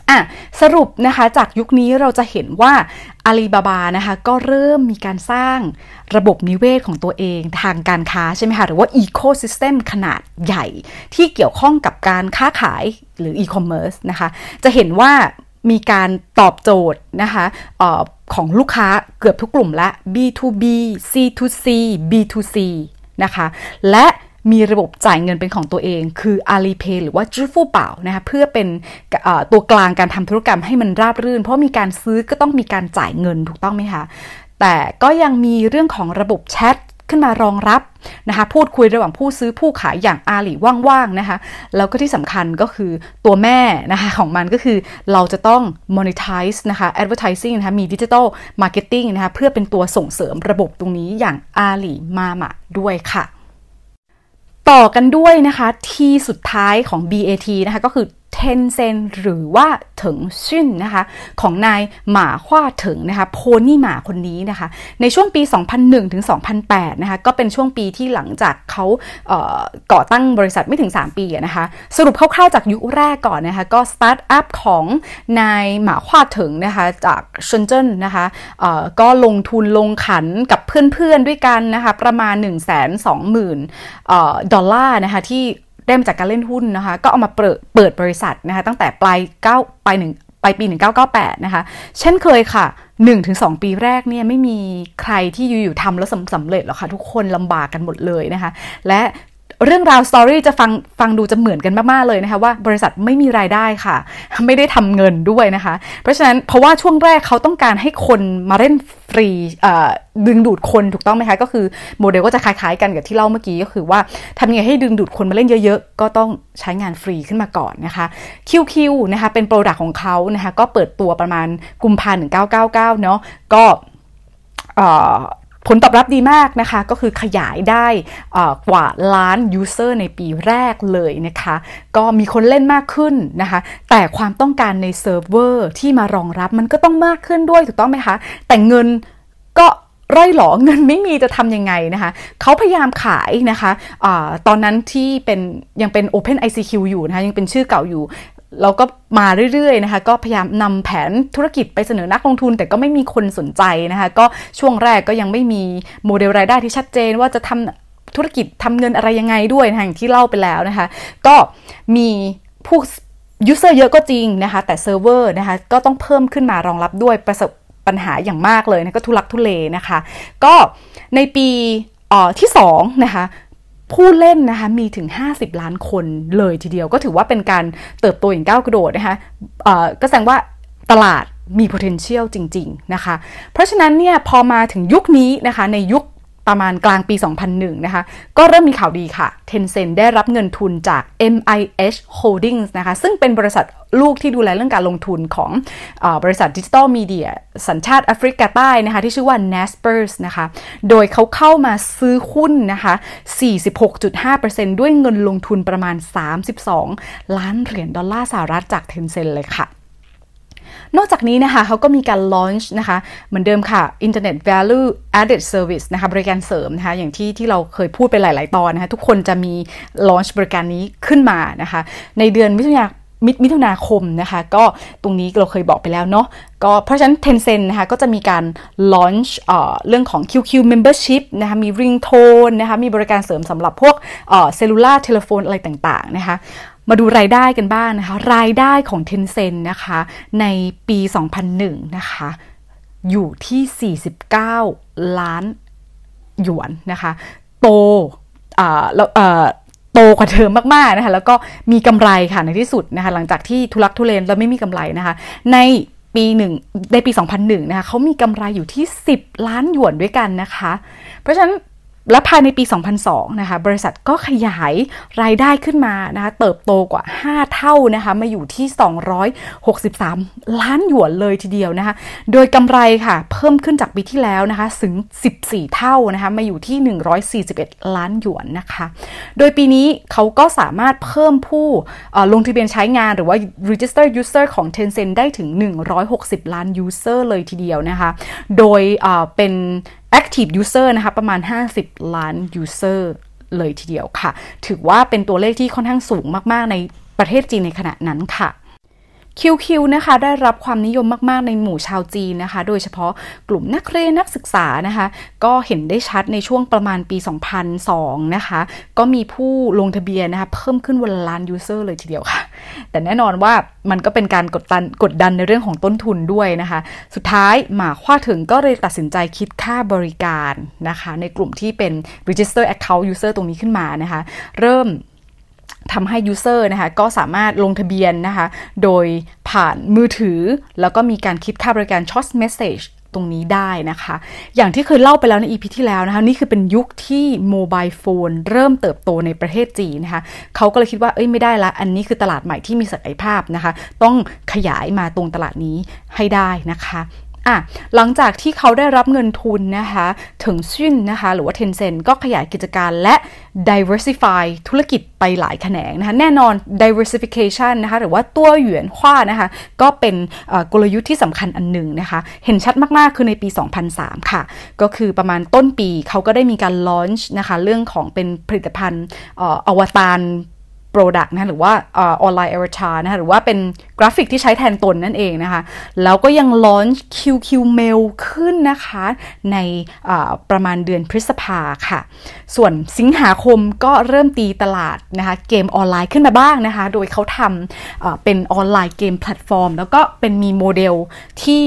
อ่ะสรุปนะคะจากยุคนี้เราจะเห็นว่าอาลีบาบานะคะก็เริ่มมีการสร้างระบบนิเวศของตัวเองทางการค้าใช่ไหมคะหรือว่าอีโคซิสเต็มขนาดใหญ่ที่เกี่ยวข้องกับการค้าขายหรืออีคอมเมิร์ซนะคะจะเห็นว่ามีการตอบโจทย์นะคะเอ่อของลูกค้าเกือบทุกกลุ่มละ บี ทู บี ซี ทู ซี บี ทู ซี นะคะและมีระบบจ่ายเงินเป็นของตัวเองคือ Alipay หรือว่า支付宝นะคะเพื่อเป็นตัวกลางการทำธุรกรรมให้มันราบรื่นเพราะมีการซื้อก็ต้องมีการจ่ายเงินถูกต้องไหมคะแต่ก็ยังมีเรื่องของระบบแชทขึ้นมารองรับนะคะพูดคุยระหว่างผู้ซื้อผู้ขายอย่างอาลีว่างๆนะคะแล้วก็ที่สำคัญก็คือตัวแม่นะคะของมันก็คือเราจะต้อง monetize นะคะ advertising นะคะมี digital marketing นะคะเพื่อเป็นตัวส่งเสริมระบบตรงนี้อย่างอาลีมาม่าด้วยค่ะต่อกันด้วยนะคะที่สุดท้ายของ บี เอ ที นะคะก็คือ Tencent หรือว่าเถิงซิ่นนะคะของนายหมาฮว่าเถิงนะคะโพนี่หมาคนนี้นะคะในช่วงปี สองพันหนึ่ง ถึง สองพันแปด นะคะก็เป็นช่วงปีที่หลังจากเขาเอ่อก่อตั้งบริษัทไม่ถึงสามปีนะคะสรุปคร่าวๆจากยุคแรกก่อนนะคะก็สตาร์ทอัพของนายหมาฮว่าเถิงนะคะจากเซินเจิ้นนะคะเอ่อก็ลงทุนลงขันกับเพื่อนๆด้วยกันนะคะประมาณ หนึ่งแสนสองหมื่น เอ่อดอลลาร์นะคะที่ได้มาจากการเล่นหุ้นนะคะก็เอามาเปิดเปิดบริษัทนะคะตั้งแต่ปลายเก้าปลายหนึ่งปลายปีหนึ่งพันเก้าร้อยเก้าสิบแปดนะคะเช่นเคยค่ะ หนึ่งถึงสอง ปีแรกเนี่ยไม่มีใครที่อยู่ๆทำแล้วสำเร็จหรอกค่ะทุกคนลำบากกันหมดเลยนะคะและเรื่องราวสตอรี่จะฟังฟังดูจะเหมือนกันมากๆเลยนะคะว่าบริษัทไม่มีรายได้ค่ะไม่ได้ทำเงินด้วยนะคะเพราะฉะนั้นเพราะว่าช่วงแรกเขาต้องการให้คนมาเล่นฟรีดึงดูดคนถูกต้องไหมคะก็คือโมเดลก็จะคล้ายๆกันกับที่เล่าเมื่อกี้ก็คือว่าทำยังไงให้ดึงดูดคนมาเล่นเยอะๆก็ต้องใช้งานฟรีขึ้นมาก่อนนะคะ คิว คิว นะคะเป็นโปรดักต์ของเขานะคะก็เปิดตัวประมาณกุมภาพันธ์หนึ่งพันเก้าร้อยเก้าสิบเก้าเนาะก็ผลตอบรับดีมากนะคะก็คือขยายได้กว่าล้านยูเซอร์ในปีแรกเลยนะคะก็มีคนเล่นมากขึ้นนะคะแต่ความต้องการในเซิร์ฟเวอร์ที่มารองรับมันก็ต้องมากขึ้นด้วยถูกต้องไหมคะแต่เงินก็ร่อยหรอเงินไม่มีจะทำยังไงนะคะเขาพยายามขายนะคะอะตอนนั้นที่เป็นยังเป็น Open ไอ ซี คิว อยู่นะคะยังเป็นชื่อเก่าอยู่เราก็มาเรื่อยๆนะคะก็พยายามนำแผนธุรกิจไปเสนอนักลงทุนแต่ก็ไม่มีคนสนใจนะคะก็ช่วงแรกก็ยังไม่มีโมเดลรายได้ที่ชัดเจนว่าจะทำธุรกิจทำเงินอะไรยังไงด้วยนะอย่างที่เล่าไปแล้วนะคะก็มีผู้ยูเซอร์เยอะก็จริงนะคะแต่เซิร์ฟเวอร์นะคะก็ต้องเพิ่มขึ้นมารองรับด้วยประสบปัญหาอย่างมากเลยนะก็ทุลักทุเลนะคะก็ในปีเอ่อที่สองนะคะผู้เล่นนะคะมีถึงห้าสิบล้านคนเลยทีเดียวก็ถือว่าเป็นการเติบโตอย่างก้าวกระโดดนะคะเอ่อก็แสดงว่าตลาดมี potential จริงๆนะคะเพราะฉะนั้นเนี่ยพอมาถึงยุคนี้นะคะในยุคประมาณกลางปีสองพันหนึ่งนะคะก็เริ่มมีข่าวดีค่ะ Tencent ได้รับเงินทุนจาก เอ็ม ไอ เอช Holdings นะคะซึ่งเป็นบริษัทลูกที่ดูแลเรื่องการลงทุนของเอ่อบริษัทดิจิทัลมีเดียสัญชาติแอฟริกาใต้นะคะที่ชื่อว่า Naspers นะคะโดยเขาเข้ามาซื้อหุ้นนะคะ สี่สิบหกจุดห้าเปอร์เซ็นต์ ด้วยเงินลงทุนประมาณสามสิบสองล้านเหรียญดอลลาร์สหรัฐจาก Tencent เลยค่ะนอกจากนี้นะคะเขาก็มีการ launch นะคะเหมือนเดิมค่ะ Internet Value Added Service นะคะบริการเสริมนะคะอย่างที่ที่เราเคยพูดไปหลายๆตอนนะคะทุกคนจะมี launch บริการนี้ขึ้นมานะคะในเดือนมิถุนายนมิถุนาคมนะคะก็ตรงนี้เราเคยบอกไปแล้วเนาะก็เพราะฉะนั้น Tencent นะคะก็จะมีการ launch เอ่อเรื่องของ คิว คิว Membership นะคะมี Ringtone นะคะมีบริการเสริมสำหรับพวกเอ่อ Cellular Telephone อะไรต่างๆนะคะมาดูรายได้กันบ้าง นะคะรายได้ของ Tencent นะคะในปี สองพันหนึ่ง นะคะอยู่ที่สี่สิบเก้าล้านหยวนนะคะโตอ่าแล้วเอ่อโตกว่าเดิมมากๆนะคะแล้วก็มีกำไรค่ะในที่สุดนะคะหลังจากที่ทุลักทุเลแล้วไม่มีกำไรนะคะในปีหนึ่งในปีสองพันหนึ่งนะคะเขามีกำไรอยู่ที่สิบล้านหยวนด้วยกันนะคะเพราะฉะนั้นและภายในปีสองพันสองนะคะบริษัทก็ขยายรายได้ขึ้นมานะคะเติบโตกว่าห้าเท่านะคะมาอยู่ที่สองร้อยหกสิบสามล้านหยวนเลยทีเดียวนะคะโดยกำไรค่ะเพิ่มขึ้นจากปีที่แล้วนะคะถึงสิบสี่เท่านะคะมาอยู่ที่หนึ่งร้อยสี่สิบเอ็ดล้านหยวนนะคะโดยปีนี้เขาก็สามารถเพิ่มผู้ลงทะเบียนใช้งานหรือว่า register user ของ Tencent ได้ถึงหนึ่งร้อยหกสิบล้าน user เลยทีเดียวนะคะโดยเป็นActive User นะคะประมาณห้าสิบล้าน User เลยทีเดียวค่ะถือว่าเป็นตัวเลขที่ค่อนข้างสูงมากๆในประเทศจีนในขณะนั้นค่ะคิว คิว นะคะได้รับความนิยมมากๆในหมู่ชาวจีนนะคะโดยเฉพาะกลุ่มนักเรียนนักศึกษานะคะก็เห็นได้ชัดในช่วงประมาณปีสองพันสองนะคะก็มีผู้ลงทะเบียนนะคะเพิ่มขึ้นวันละล้านยูเซอร์เลยทีเดียวค่ะแต่แน่นอนว่ามันก็เป็นการกดดันกดดันในเรื่องของต้นทุนด้วยนะคะสุดท้ายหมาคว้าถึงก็เลยตัดสินใจคิดค่าบริการนะคะในกลุ่มที่เป็น register account user ตรงนี้ขึ้นมานะคะเริ่มทำให้ user นะคะก็สามารถลงทะเบียนนะคะโดยผ่านมือถือแล้วก็มีการคิดค่าบริการ short message ตรงนี้ได้นะคะอย่างที่เคยเล่าไปแล้วใน อี พี ที่แล้วนะคะนี่คือเป็นยุคที่โมบายโฟนเริ่มเติบโตในประเทศจีนนะคะเขาก็เลยคิดว่าเอ้ยไม่ได้ละอันนี้คือตลาดใหม่ที่มีศักยภาพนะคะต้องขยายมาตรงตลาดนี้ให้ได้นะคะอ่ะหลังจากที่เขาได้รับเงินทุนนะคะถึงซิ่นนะคะหรือว่า Tencent ก็ขยายกิจการและ diversify ธุรกิจไปหลายแขนงนะคะแน่นอน diversification นะคะหรือว่าตัวหยวนคว้านะคะก็เป็นกลยุทธ์ที่สำคัญอันหนึ่งนะคะเห็นชัดมากๆคือในปี สองพันสาม ค่ะก็คือประมาณต้นปีเขาก็ได้มีการ launch นะคะเรื่องของเป็นผลิตภัณฑ์อวตารProduct นะหรือว่าออนไลน์ Avatar นะคะหรือว่าเป็นกราฟิกที่ใช้แทนตนนั่นเองนะคะแล้วก็ยัง launch คิว คิว Mail ขึ้นนะคะในประมาณเดือนพฤษภาค่ะส่วนสิงหาคมก็เริ่มตีตลาดนะคะเกมออนไลน์ขึ้นมาบ้างนะคะโดยเขาทำเป็นออนไลน์เกมแพลตฟอร์มแล้วก็เป็นมีโมเดลที่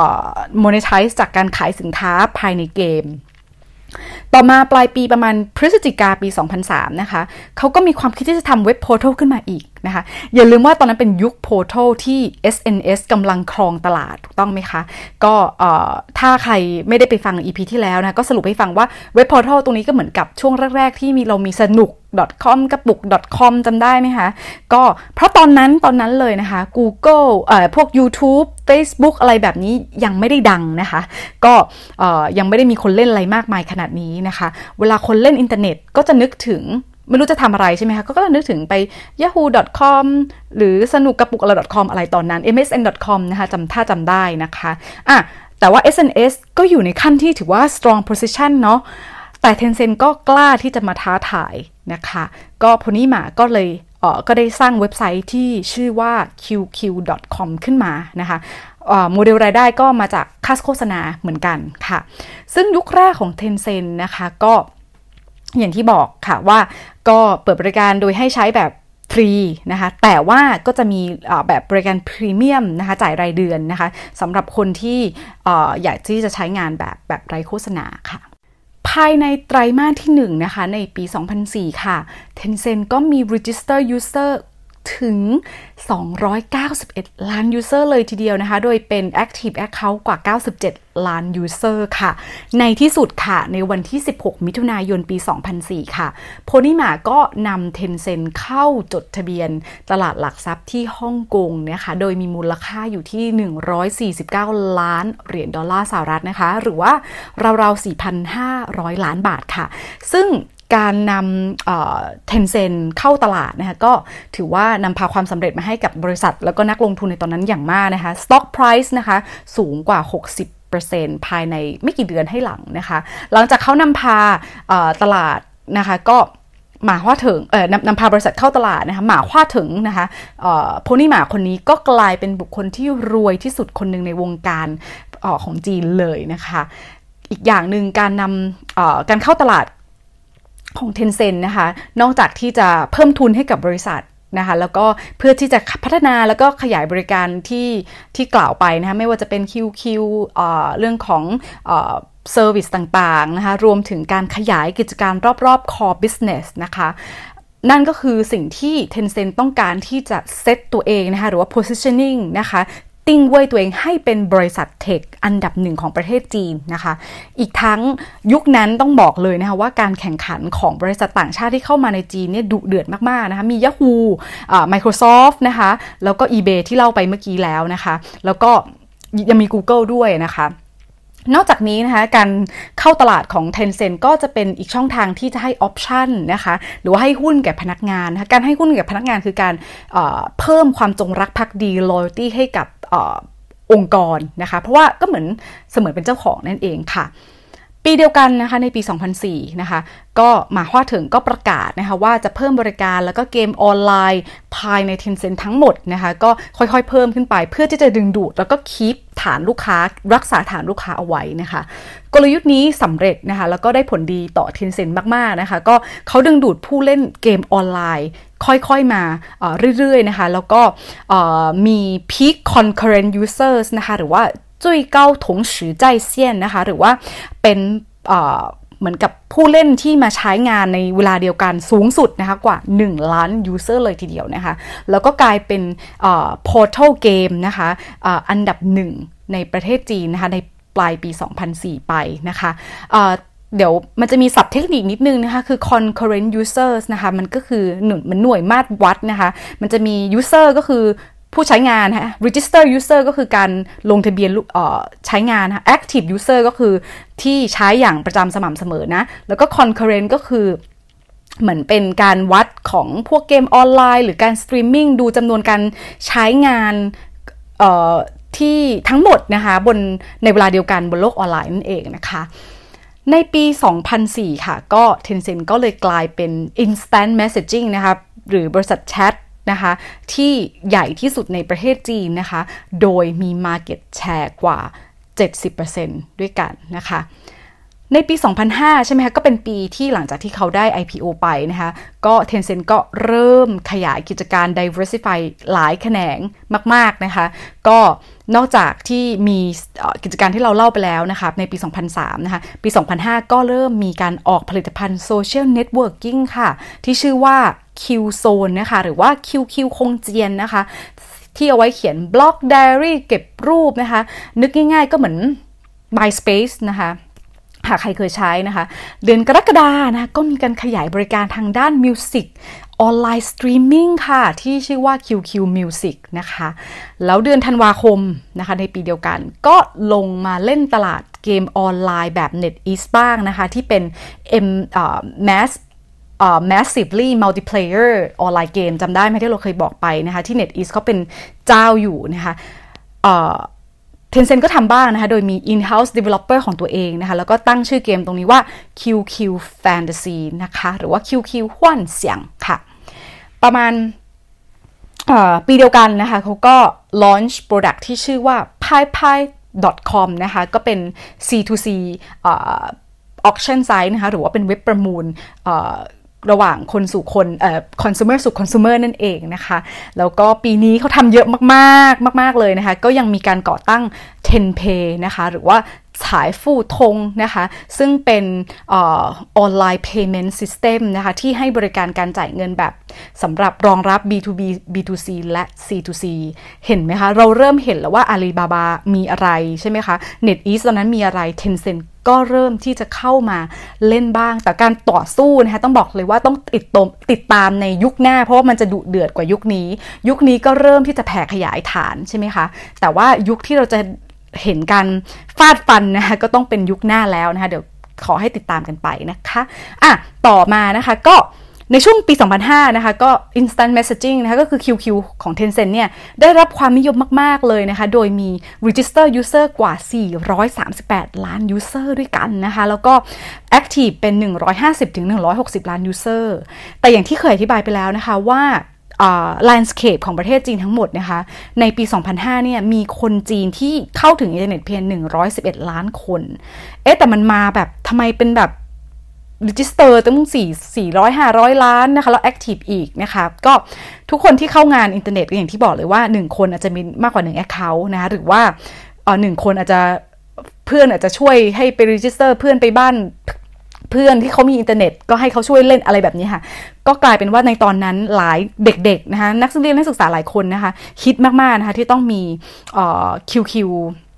monetize จากการขายสินค้าภายในเกมต่อมาปลายปีประมาณพฤศจิกาปีสองพันสามนะคะเขาก็มีความคิดที่จะทำเว็บโพร์ทัลขึ้นมาอีกนะคะอย่าลืมว่าตอนนั้นเป็นยุคโพร์ทัลที่ เอส เอ็น เอส กำลังครองตลาดถูกต้องไหมคะก็ถ้าใครไม่ได้ไปฟัง อี พี ที่แล้วนะก็สรุปให้ฟังว่าเว็บโพร์ทัลตรงนี้ก็เหมือนกับช่วงแรกๆที่มีเรามีสนุก .com กระปุก .com จำได้ไหมคะก็เพราะตอนนั้นตอนนั้นเลยนะคะ Google เอ่อพวก YouTube Facebook อะไรแบบนี้ยังไม่ได้ดังนะคะก็เอ่อยังไม่ได้มีคนเล่นอะไรมากมายขนาดนี้นะคะเวลาคนเล่นอินเทอร์เน็ตก็จะนึกถึงไม่รู้จะทำอะไรใช่ไหมคะก็จะนึกถึงไป ยาฮู ดอท คอม หรือสนุกกระปุกอะไร .com อะไรตอนนั้น เอ็ม เอส เอ็น ดอท คอม นะคะจำถ้าจำได้นะคะอ่ะแต่ว่า เอส เอ็น เอส ก็อยู่ในขั้นที่ถือว่า strong position เนาะแต่ Tencent ก็กล้าที่จะมาท้าทายนะคะก็พอนี้มาก็เลยเอ่อก็ได้สร้างเว็บไซต์ที่ชื่อว่า คิว คิว ดอท คอม ขึ้นมานะคะโมเดลรายได้ก็มาจากค่าโฆษณาเหมือนกันค่ะซึ่งยุคแรกของ Tencent นะคะก็อย่างที่บอกค่ะว่าก็เปิดบริการโดยให้ใช้แบบฟรีนะคะแต่ว่าก็จะมีแบบบริการพรีเมียมนะคะจ่ายรายเดือนนะคะสำหรับคนที่อยากที่จะใช้งานแบบแบบไร้โฆษณาค่ะภายในไตรมาสที่หนึ่งนะคะในปีสองพันสี่ค่ะ Tencent ก็มี Register User ถึงสองร้อยเก้าสิบเอ็ดล้าน user เลยทีเดียวนะคะโดยเป็น Active Account กว่าเก้าสิบเจ็ดล้าน user ค่ะในที่สุดค่ะในวันที่สิบหกมิถุนายนปีสองพันสี่ค่ะโพนิมาก็นำ Tencent เข้าจดทะเบียนตลาดหลักทรัพย์ที่ฮ่องกงนะคะโดยมีมูลค่าอยู่ที่หนึ่งร้อยสี่สิบเก้าล้านเหรียญดอลลาร์สหรัฐนะคะหรือว่าราวๆ สี่พันห้าร้อย ล้านบาทค่ะซึ่งการนำเอ่อ Tencent เข้าตลาดนะคะก็ถือว่านำพาความสำเร็จมาให้กับบริษัทแล้วก็นักลงทุนในตอนนั้นอย่างมากนะคะ Stock Price นะคะสูงกว่า หกสิบเปอร์เซ็นต์ ภายในไม่กี่เดือนให้หลังนะคะหลังจากเขานำพาเอ่อตลาดนะคะก็หมาฮวาเถิงเอ่อนำนำพาบริษัทเข้าตลาดนะคะหมาฮวาเถิงนะคะเอ่อโพนี่หมาคนนี้ก็กลายเป็นบุคคลที่รวยที่สุดคนหนึ่งในวงการเอ่อของจีนเลยนะคะอีกอย่างหนึ่งการนำเอ่อการเข้าตลาดของ Tencent นะคะนอกจากที่จะเพิ่มทุนให้กับบริษัทนะคะแล้วก็เพื่อที่จะพัฒนาแล้วก็ขยายบริการที่ที่กล่าวไปนะคะไม่ว่าจะเป็น คิว คิว เอ่อเรื่องของเอ่อเซอร์วิสต่างๆนะคะรวมถึงการขยายกิจการรอบๆ core business นะคะนั่นก็คือสิ่งที่ Tencent ต้องการที่จะเซตตัวเองนะคะหรือว่า positioning นะคะติ้งไว้ตัวเองให้เป็นบริษัทเทคอันดับหนึ่งของประเทศจีนนะคะอีกทั้งยุคนั้นต้องบอกเลยนะคะว่าการแข่งขันของบริษัทต่างชาติที่เข้ามาในจีนเนี่ยดุเดือดมากๆนะคะมี Yahoo อ่า Microsoft นะคะแล้วก็ eBay ที่เล่าไปเมื่อกี้แล้วนะคะแล้วก็ยังมี Google ด้วยนะคะนอกจากนี้นะคะการเข้าตลาดของ Tencent ก็จะเป็นอีกช่องทางที่จะให้ออปชั่นนะคะหรือว่าให้หุ้นแก่พนักงานนะคะการให้หุ้นแก่พนักงานคือการเอ่อเพิ่มความจงรักภักดี loyalty ให้กับเอ่อองค์กรนะคะเพราะว่าก็เหมือนเสมือนเป็นเจ้าของนั่นเองค่ะปีเดียวกันนะคะในปี สองพันสี่ นะคะก็มาฮวาเถิงก็ประกาศนะคะว่าจะเพิ่มบริการแล้วก็เกมออนไลน์ภายใน Tencent ทั้งหมดนะคะก็ค่อยๆเพิ่มขึ้นไปเพื่อที่จะดึงดูดแล้วก็คีปฐานลูกค้ารักษาฐานลูกค้าเอาไว้นะคะกลยุทธ์นี้สำเร็จนะคะแล้วก็ได้ผลดีต่อ Tencent มากๆนะคะก็เขาดึงดูดผู้เล่นเกมออนไลน์ค่อยๆมาเรื่อยๆนะคะแล้วก็มี peak concurrent users นะคะหรือว่าจุ้ยเก้าถงสือใจเซียนนะคะหรือว่าเป็นเหมือนกับผู้เล่นที่มาใช้งานในเวลาเดียวกันสูงสุดนะคะกว่าหนึ่งล้าน user เลยทีเดียวนะคะแล้วก็กลายเป็น portal game นะคะอันดับหนึ่งในประเทศจีนนะคะในปลายปี สองพันสี่ ไปนะคะเดี๋ยวมันจะมีศัพท์เทคนิคนิดนึงนะคะคือ concurrent users นะคะมันก็คือหน่วยมันหน่วยมาตรวัดนะคะมันจะมี user ก็คือผู้ใช้งานฮะ register user ก็คือการลงทะเบียนใช้งานฮะ active user ก็คือที่ใช้อย่างประจำสม่ำเสมอนะแล้วก็ concurrent ก็คือเหมือนเป็นการวัดของพวกเกมออนไลน์หรือการสตรีมมิ่งดูจำนวนการใช้งานที่ทั้งหมดนะคะบนในเวลาเดียวกันบนโลกออนไลน์นั่นเองนะคะในปี สองพันสี่ ค่ะก็ Tencent ก็เลยกลายเป็น instant messaging นะคะหรือบริษัทแชทนะคะที่ใหญ่ที่สุดในประเทศจีนนะคะโดยมี market share กว่า เจ็ดสิบเปอร์เซ็นต์ ด้วยกันนะคะในปี สองพันห้า ใช่ไหมคะก็เป็นปีที่หลังจากที่เขาได้ ไอ พี โอ ไปนะคะก็ Tencent ก็เริ่มขยายกิจการ diversify หลายแขนงมากๆนะคะก็นอกจากที่มีกิจการที่เราเล่าไปแล้วนะคะในปี สองพันสาม นะคะปี สองพันห้า ก็เริ่มมีการออกผลิตภัณฑ์ social networking ค่ะที่ชื่อว่า Qzone นะคะหรือว่า คิว คิว คงเจียนนะคะที่เอาไว้เขียนบล็อกไดอารี่เก็บรูปนะคะนึกง่ายๆก็เหมือน MySpace นะคะหากใครเคยใช้นะคะเดือนกรกฎาคมนะก็มีการขยายบริการทางด้านมิวสิกออนไลน์สตรีมมิ่งค่ะที่ชื่อว่า คิว คิว Music นะคะแล้วเดือนธันวาคมนะคะในปีเดียวกันก็ลงมาเล่นตลาดเกมออนไลน์แบบ NetEase บ้างนะคะที่เป็น M อ่า Mass Uh, massively multiplayer ออนไลน์เกมจำได้ไหมที่เราเคยบอกไปนะคะที่ NetEase เขาเป็นเจ้าอยู่นะคะ uh, Tencent ก็ทำบ้างนะคะโดยมี in-house developer ของตัวเองนะคะแล้วก็ตั้งชื่อเกมตรงนี้ว่า คิว คิว Fantasy นะคะหรือว่า คิว คิว ฮวนเสี่ยงค่ะประมาณuh, ปีเดียวกันนะคะเขาก็ launch product ที่ชื่อว่า พาย พาย ดอท คอม นะคะก็เป็น ซี ทู ซี uh, auction site นะคะหรือว่าเป็นเว็บประมูลuh,ระหว่างคนสู่คนเอ่อ consumer สู่ consumer นั่นเองนะคะแล้วก็ปีนี้เขาทำเยอะมากๆมากๆเลยนะคะก็ยังมีการก่อตั้ง Tenpay นะคะหรือว่าฉายฟู่ทงนะคะซึ่งเป็นออนไลน์ payment system นะคะที่ให้บริการการจ่ายเงินแบบสำหรับรองรับ บี ทู บี บี ทู ซี และ ซี ทู ซี เห็นไหมคะเราเริ่มเห็นแล้วว่า Alibaba มีอะไรใช่ไหมคะ NetEase ตอนนั้นมีอะไร Tencent ก็เริ่มที่จะเข้ามาเล่นบ้างแต่การต่อสู้นะคะต้องบอกเลยว่าต้องติดตามติดตามในยุคหน้าเพราะว่ามันจะดุเดือดกว่ายุคนี้ยุคนี้ก็เริ่มที่จะแผ่ขยายฐานใช่ไหมคะแต่ว่ายุคที่เราจะเห็นการฟาดฟันนะคะก็ต้องเป็นยุคหน้าแล้วนะคะเดี๋ยวขอให้ติดตามกันไปนะคะอ่ะต่อมานะคะก็ในช่วงปี สองพันห้า นะคะก็ instant messaging นะคะก็คือ คิว คิว ของ Tencent เนี่ยได้รับความนิยมมากๆเลยนะคะโดยมี register user กว่าสี่ร้อยสามสิบแปดล้าน user ด้วยกันนะคะแล้วก็ active เป็นหนึ่งร้อยห้าสิบถึงหนึ่งร้อยหกสิบล้าน user แต่อย่างที่เคยอธิบายไปแล้วนะคะว่าUh, landscape ของประเทศจีนทั้งหมดนะคะในปี สองพันห้า เนี่ยมีคนจีนที่เข้าถึงอินเทอร์เน็ตเพียงหนึ่งร้อยสิบเอ็ดล้านคนเอ๊ะแต่มันมาแบบทำไมเป็นแบบ register ตั้งสี่ สี่ร้อย ห้าร้อยล้านนะคะแล้ว active อีกนะคะก็ทุกคนที่เข้างานอินเทอร์เน็ตอย่างที่บอกเลยว่าหนึ่งคนอาจจะมีมากกว่าหนึ่ง account นะคะหรือว่าเอ่อหนึ่งคนอาจจะเพื่อนอาจจะช่วยให้ไป register เพื่อนไปบ้านเพื่อนที่เขามีอินเทอร์เน็ตก็ให้เขาช่วยเล่นอะไรแบบนี้ค่ะก็กลายเป็นว่าในตอนนั้นหลายเด็กๆนะคะนักเรียนนักศึกษาหลายคนนะคะคิดมากๆนะคะที่ต้องมีเอ่อ คิว คิว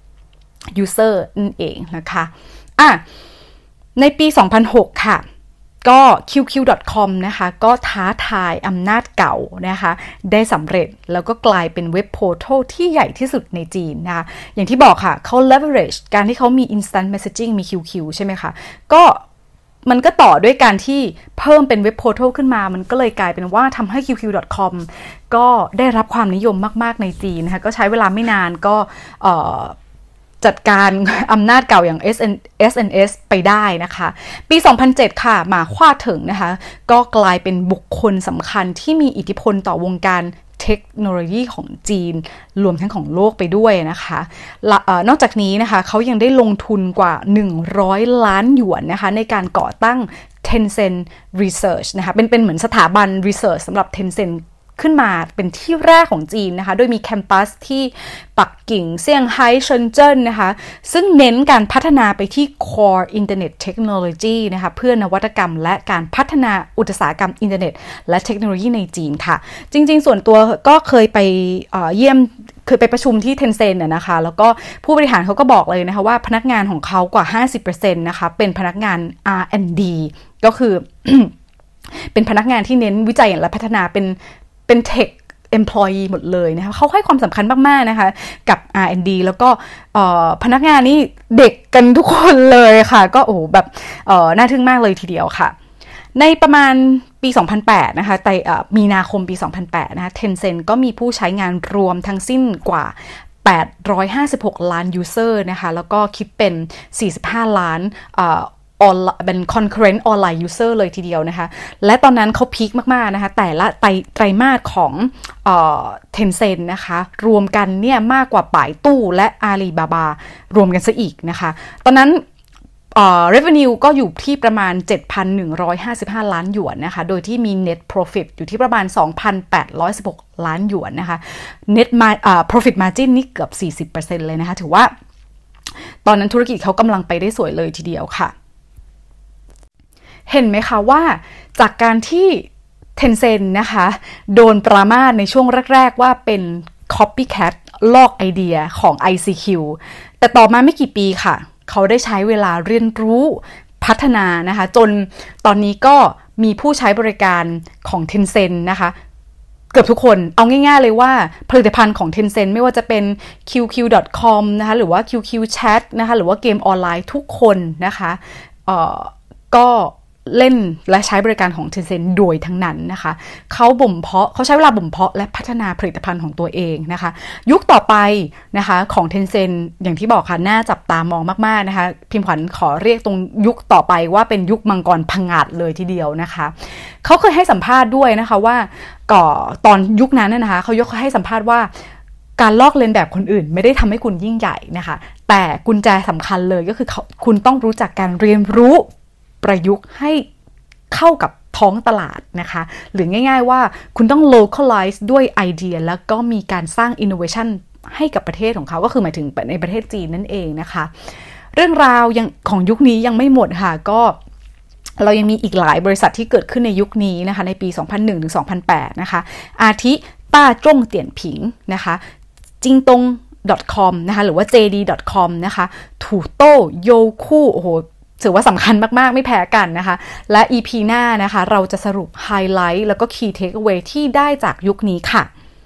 user นั่นเองนะคะอ่ะในปี สองพันหก ค่ะก็ คิว คิว ดอท คอม นะคะก็ท้าทายอำนาจเก่านะคะได้สำเร็จแล้วก็กลายเป็นเว็บโพร์ทัลที่ใหญ่ที่สุดในจีนนะคะอย่างที่บอกค่ะเขา leverage การที่เขามี instant messaging มี คิว คิว ใช่ไหมคะก็มันก็ต่อด้วยการที่เพิ่มเป็นเว็บโพร์ทัลขึ้นมามันก็เลยกลายเป็นว่าทำให้ คิว คิว ดอท คอม ก็ได้รับความนิยมมากๆในจีนนะคะก็ใช้เวลาไม่นานก็จัดการอำนาจเก่าอย่าง เอส เอ็น เอส ไปได้นะคะปีสองพันเจ็ดค่ะหมาขว้าเถิงนะคะก็กลายเป็นบุคคลสำคัญที่มีอิทธิพลต่อวงการเทคโนโลยีของจีนรวมทั้งของโลกไปด้วยนะคะนอกจากนี้นะคะเขายังได้ลงทุนกว่าหนึ่งร้อยล้านหยวนนะคะในการก่อตั้ง Tencent Research นะคะเป็นเป็นเหมือนสถาบัน Research สำหรับ Tencentขึ้นมาเป็นที่แรกของจีนนะคะโดยมีแคมปัสที่ปักกิ่งเซี่ยงไฮ้เซินเจิ้นนะคะซึ่งเน้นการพัฒนาไปที่ core internet technology นะคะเพื่อนวัตกรรมและการพัฒนาอุตสาหกรรมอินเทอร์เน็ตและเทคโนโลยีในจีนค่ะจริงๆส่วนตัวก็เคยไปเอ่อเยี่ยมเคยไปประชุมที่ Tencent น่ะนะคะแล้วก็ผู้บริหารเขาก็บอกเลยนะคะว่าพนักงานของเขากว่า ห้าสิบเปอร์เซ็นต์ นะคะเป็นพนักงาน อาร์ แอนด์ ดี ก็คือ เป็นพนักงานที่เน้นวิจัยและพัฒนาเป็นเป็น tech employee หมดเลยนะคะเขาให้ความสำคัญมากๆนะคะกับ อาร์ แอนด์ ดี แล้วก็พนักงานนี่เด็กกันทุกคนเลยค่ะก็โอ้แบบน่าทึ่งมากเลยทีเดียวค่ะในประมาณปีสองพันแปดนะคะแต่มีนาคมปีสองพันแปดนะคะ Tencent ก็มีผู้ใช้งานรวมทั้งสิ้นกว่าแปดร้อยห้าสิบหกล้านยูเซอร์นะคะแล้วก็คิดเป็นสี่สิบห้าล้านเป็น concurrent online user เลยทีเดียวนะคะและตอนนั้นเขาพีคมากๆนะคะแต่ละไตรไตรมาสของเอ่อ Tencent นะคะรวมกันเนี่ยมากกว่าป่ายตู้และ Alibaba รวมกันซะอีกนะคะตอนนั้นเอ่อ revenue ก็อยู่ที่ประมาณ เจ็ดพันหนึ่งร้อยห้าสิบห้าล้านหยวนนะคะโดยที่มี net profit อยู่ที่ประมาณ สองพันแปดร้อยสิบหกล้านหยวนนะคะ net profit margin นี่เกือบ สี่สิบเปอร์เซ็นต์ เลยนะคะถือว่าตอนนั้นธุรกิจเขากำลังไปได้สวยเลยทีเดียวค่ะเห็นไหมคะว่าจากการที่ Tencent นะคะโดนปรามาสในช่วงแรกๆว่าเป็น copycat ลอกไอเดียของ ไอ ซี คิว แต่ต่อมาไม่กี่ปีค่ะเขาได้ใช้เวลาเรียนรู้พัฒนานะคะจนตอนนี้ก็มีผู้ใช้บริการของ Tencent นะคะเกือบทุกคนเอาง่ายๆเลยว่าผลิตภัณฑ์ของ Tencent ไม่ว่าจะเป็น คิว คิว ดอท คอม นะคะหรือว่า คิว คิว Chat นะคะหรือว่าเกมออนไลน์ทุกคนนะคะเอ่อก็เล่นและใช้บริการของ Tencent โดยทั้งนั้นนะคะเขาบ่มเพาะเขาใช้เวลาบ่มเพาะและพัฒนาผลิตภัณฑ์ของตัวเองนะคะยุคต่อไปนะคะของ Tencent อย่างที่บอกค่ะน่าจับตามองมากๆนะคะพิมพ์ขวัญขอเรียกตรงยุคต่อไปว่าเป็นยุคมังกรผงาดเลยทีเดียวนะคะเขาเคยให้สัมภาษณ์ด้วยนะคะว่าก่อตอนยุคนั้นนะคะเขายกให้สัมภาษณ์ว่าการลอกเลียนแบบคนอื่นไม่ได้ทำให้คุณยิ่งใหญ่นะคะแต่กุญแจสำคัญเลยก็คือคุณต้องรู้จักการเรียนรู้ประยุกต์ให้เข้ากับท้องตลาดนะคะหรือง่ายๆว่าคุณต้อง localize ด้วยไอเดียแล้วก็มีการสร้าง innovation ให้กับประเทศของเขาก็คือหมายถึงในประเทศจีนนั่นเองนะคะเรื่องราวยังของยุคนี้ยังไม่หมดค่ะก็เรายังมีอีกหลายบริษัทที่เกิดขึ้นในยุคนี้นะคะในปี สองพันหนึ่งถึงสองพันแปด นะคะอาทิต้าจ้งเตี่ยนผิงนะคะจิงตง .com นะคะหรือว่า เจ ดี ดอท คอม นะคะถูโต้โยคู่โอ้โหถือว่าสำคัญมากๆไม่แพ้กันนะคะและ อี พี หน้านะคะเราจะสรุปไฮไลท์แล้วก็ Key Takeaway ที่ได้จากยุคนี้ค่ะ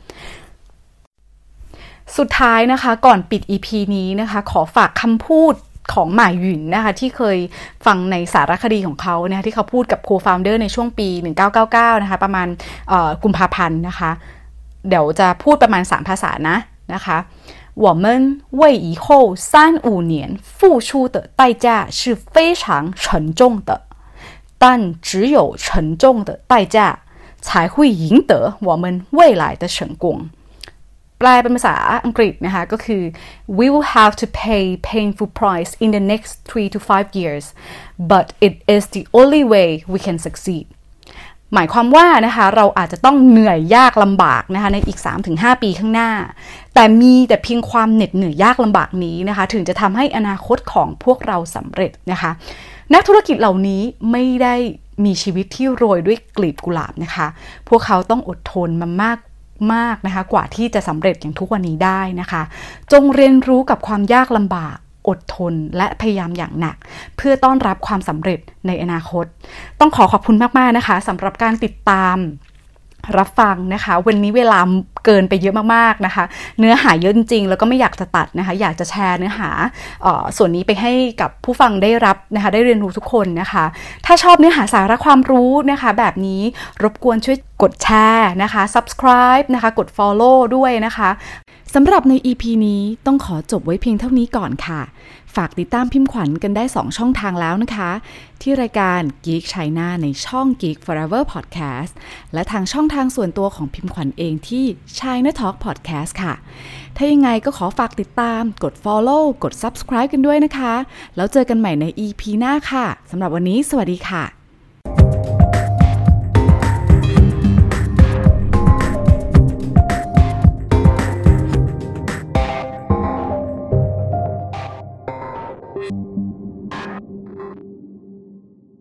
สุดท้ายนะคะก่อนปิด อี พี นี้นะคะขอฝากคำพูดของหม่าหยินนะคะที่เคยฟังในสารคดีของเขานะคะที่เขาพูดกับ Co-founder ในช่วงปีหนึ่งพันเก้าร้อยเก้าสิบเก้านะคะประมาณกุมภาพันธ์นะคะเดี๋ยวจะพูดประมาณสามภาษานะนะคะ我们为以后三五年付出的代价是非常沉重的，但只有沉重的代价才会赢得我们未来的成功。แปลเป็นภาษาอังกฤษนะคะก็คือ we will have to pay painful price in the next three to five years, but it is the only way we can succeed. หมายความว่านะคะเราอาจจะต้องเหนื่อยยากลำบากนะคะในอีก สามถึงห้า ปีข้างหน้าแต่มีแต่เพียงความเหน็ดเหนื่อยยากลำบากนี้นะคะถึงจะทำให้อนาคตของพวกเราสำเร็จนะคะนักธุรกิจเหล่านี้ไม่ได้มีชีวิตที่โรยด้วยกลีบกุหลาบนะคะพวกเขาต้องอดทนมามากมากนะคะกว่าที่จะสำเร็จอย่างทุกวันนี้ได้นะคะจงเรียนรู้กับความยากลำบากอดทนและพยายามอย่างหนักเพื่อต้อนรับความสำเร็จในอนาคตต้องขอขอบคุณมากๆนะคะสำหรับการติดตามรับฟังนะคะวันนี้เวลาเกินไปเยอะมากๆนะคะเนื้อหาเยอะจริงๆแล้วก็ไม่อยากจะตัดนะคะอยากจะแชร์เนื้อหาส่วนนี้ไปให้กับผู้ฟังได้รับนะคะได้เรียนรู้ทุกคนนะคะถ้าชอบเนื้อหาสาระความรู้นะคะแบบนี้รบกวนช่วยกดแชร์นะคะ Subscribe นะคะกด Follow ด้วยนะคะสำหรับใน อี พี นี้ต้องขอจบไว้เพียงเท่านี้ก่อนค่ะฝากติดตามพิมพ์ขวัญกันได้สองช่องทางแล้วนะคะที่รายการ Geek China ในช่อง Geek Forever Podcast และทางช่องทางส่วนตัวของพิมพ์ขวัญเองที่ China Talk Podcast ค่ะถ้ายังไงก็ขอฝากติดตามกด Follow กด Subscribe กันด้วยนะคะแล้วเจอกันใหม่ใน อี พี หน้าค่ะสำหรับวันนี้สวัสดีค่ะ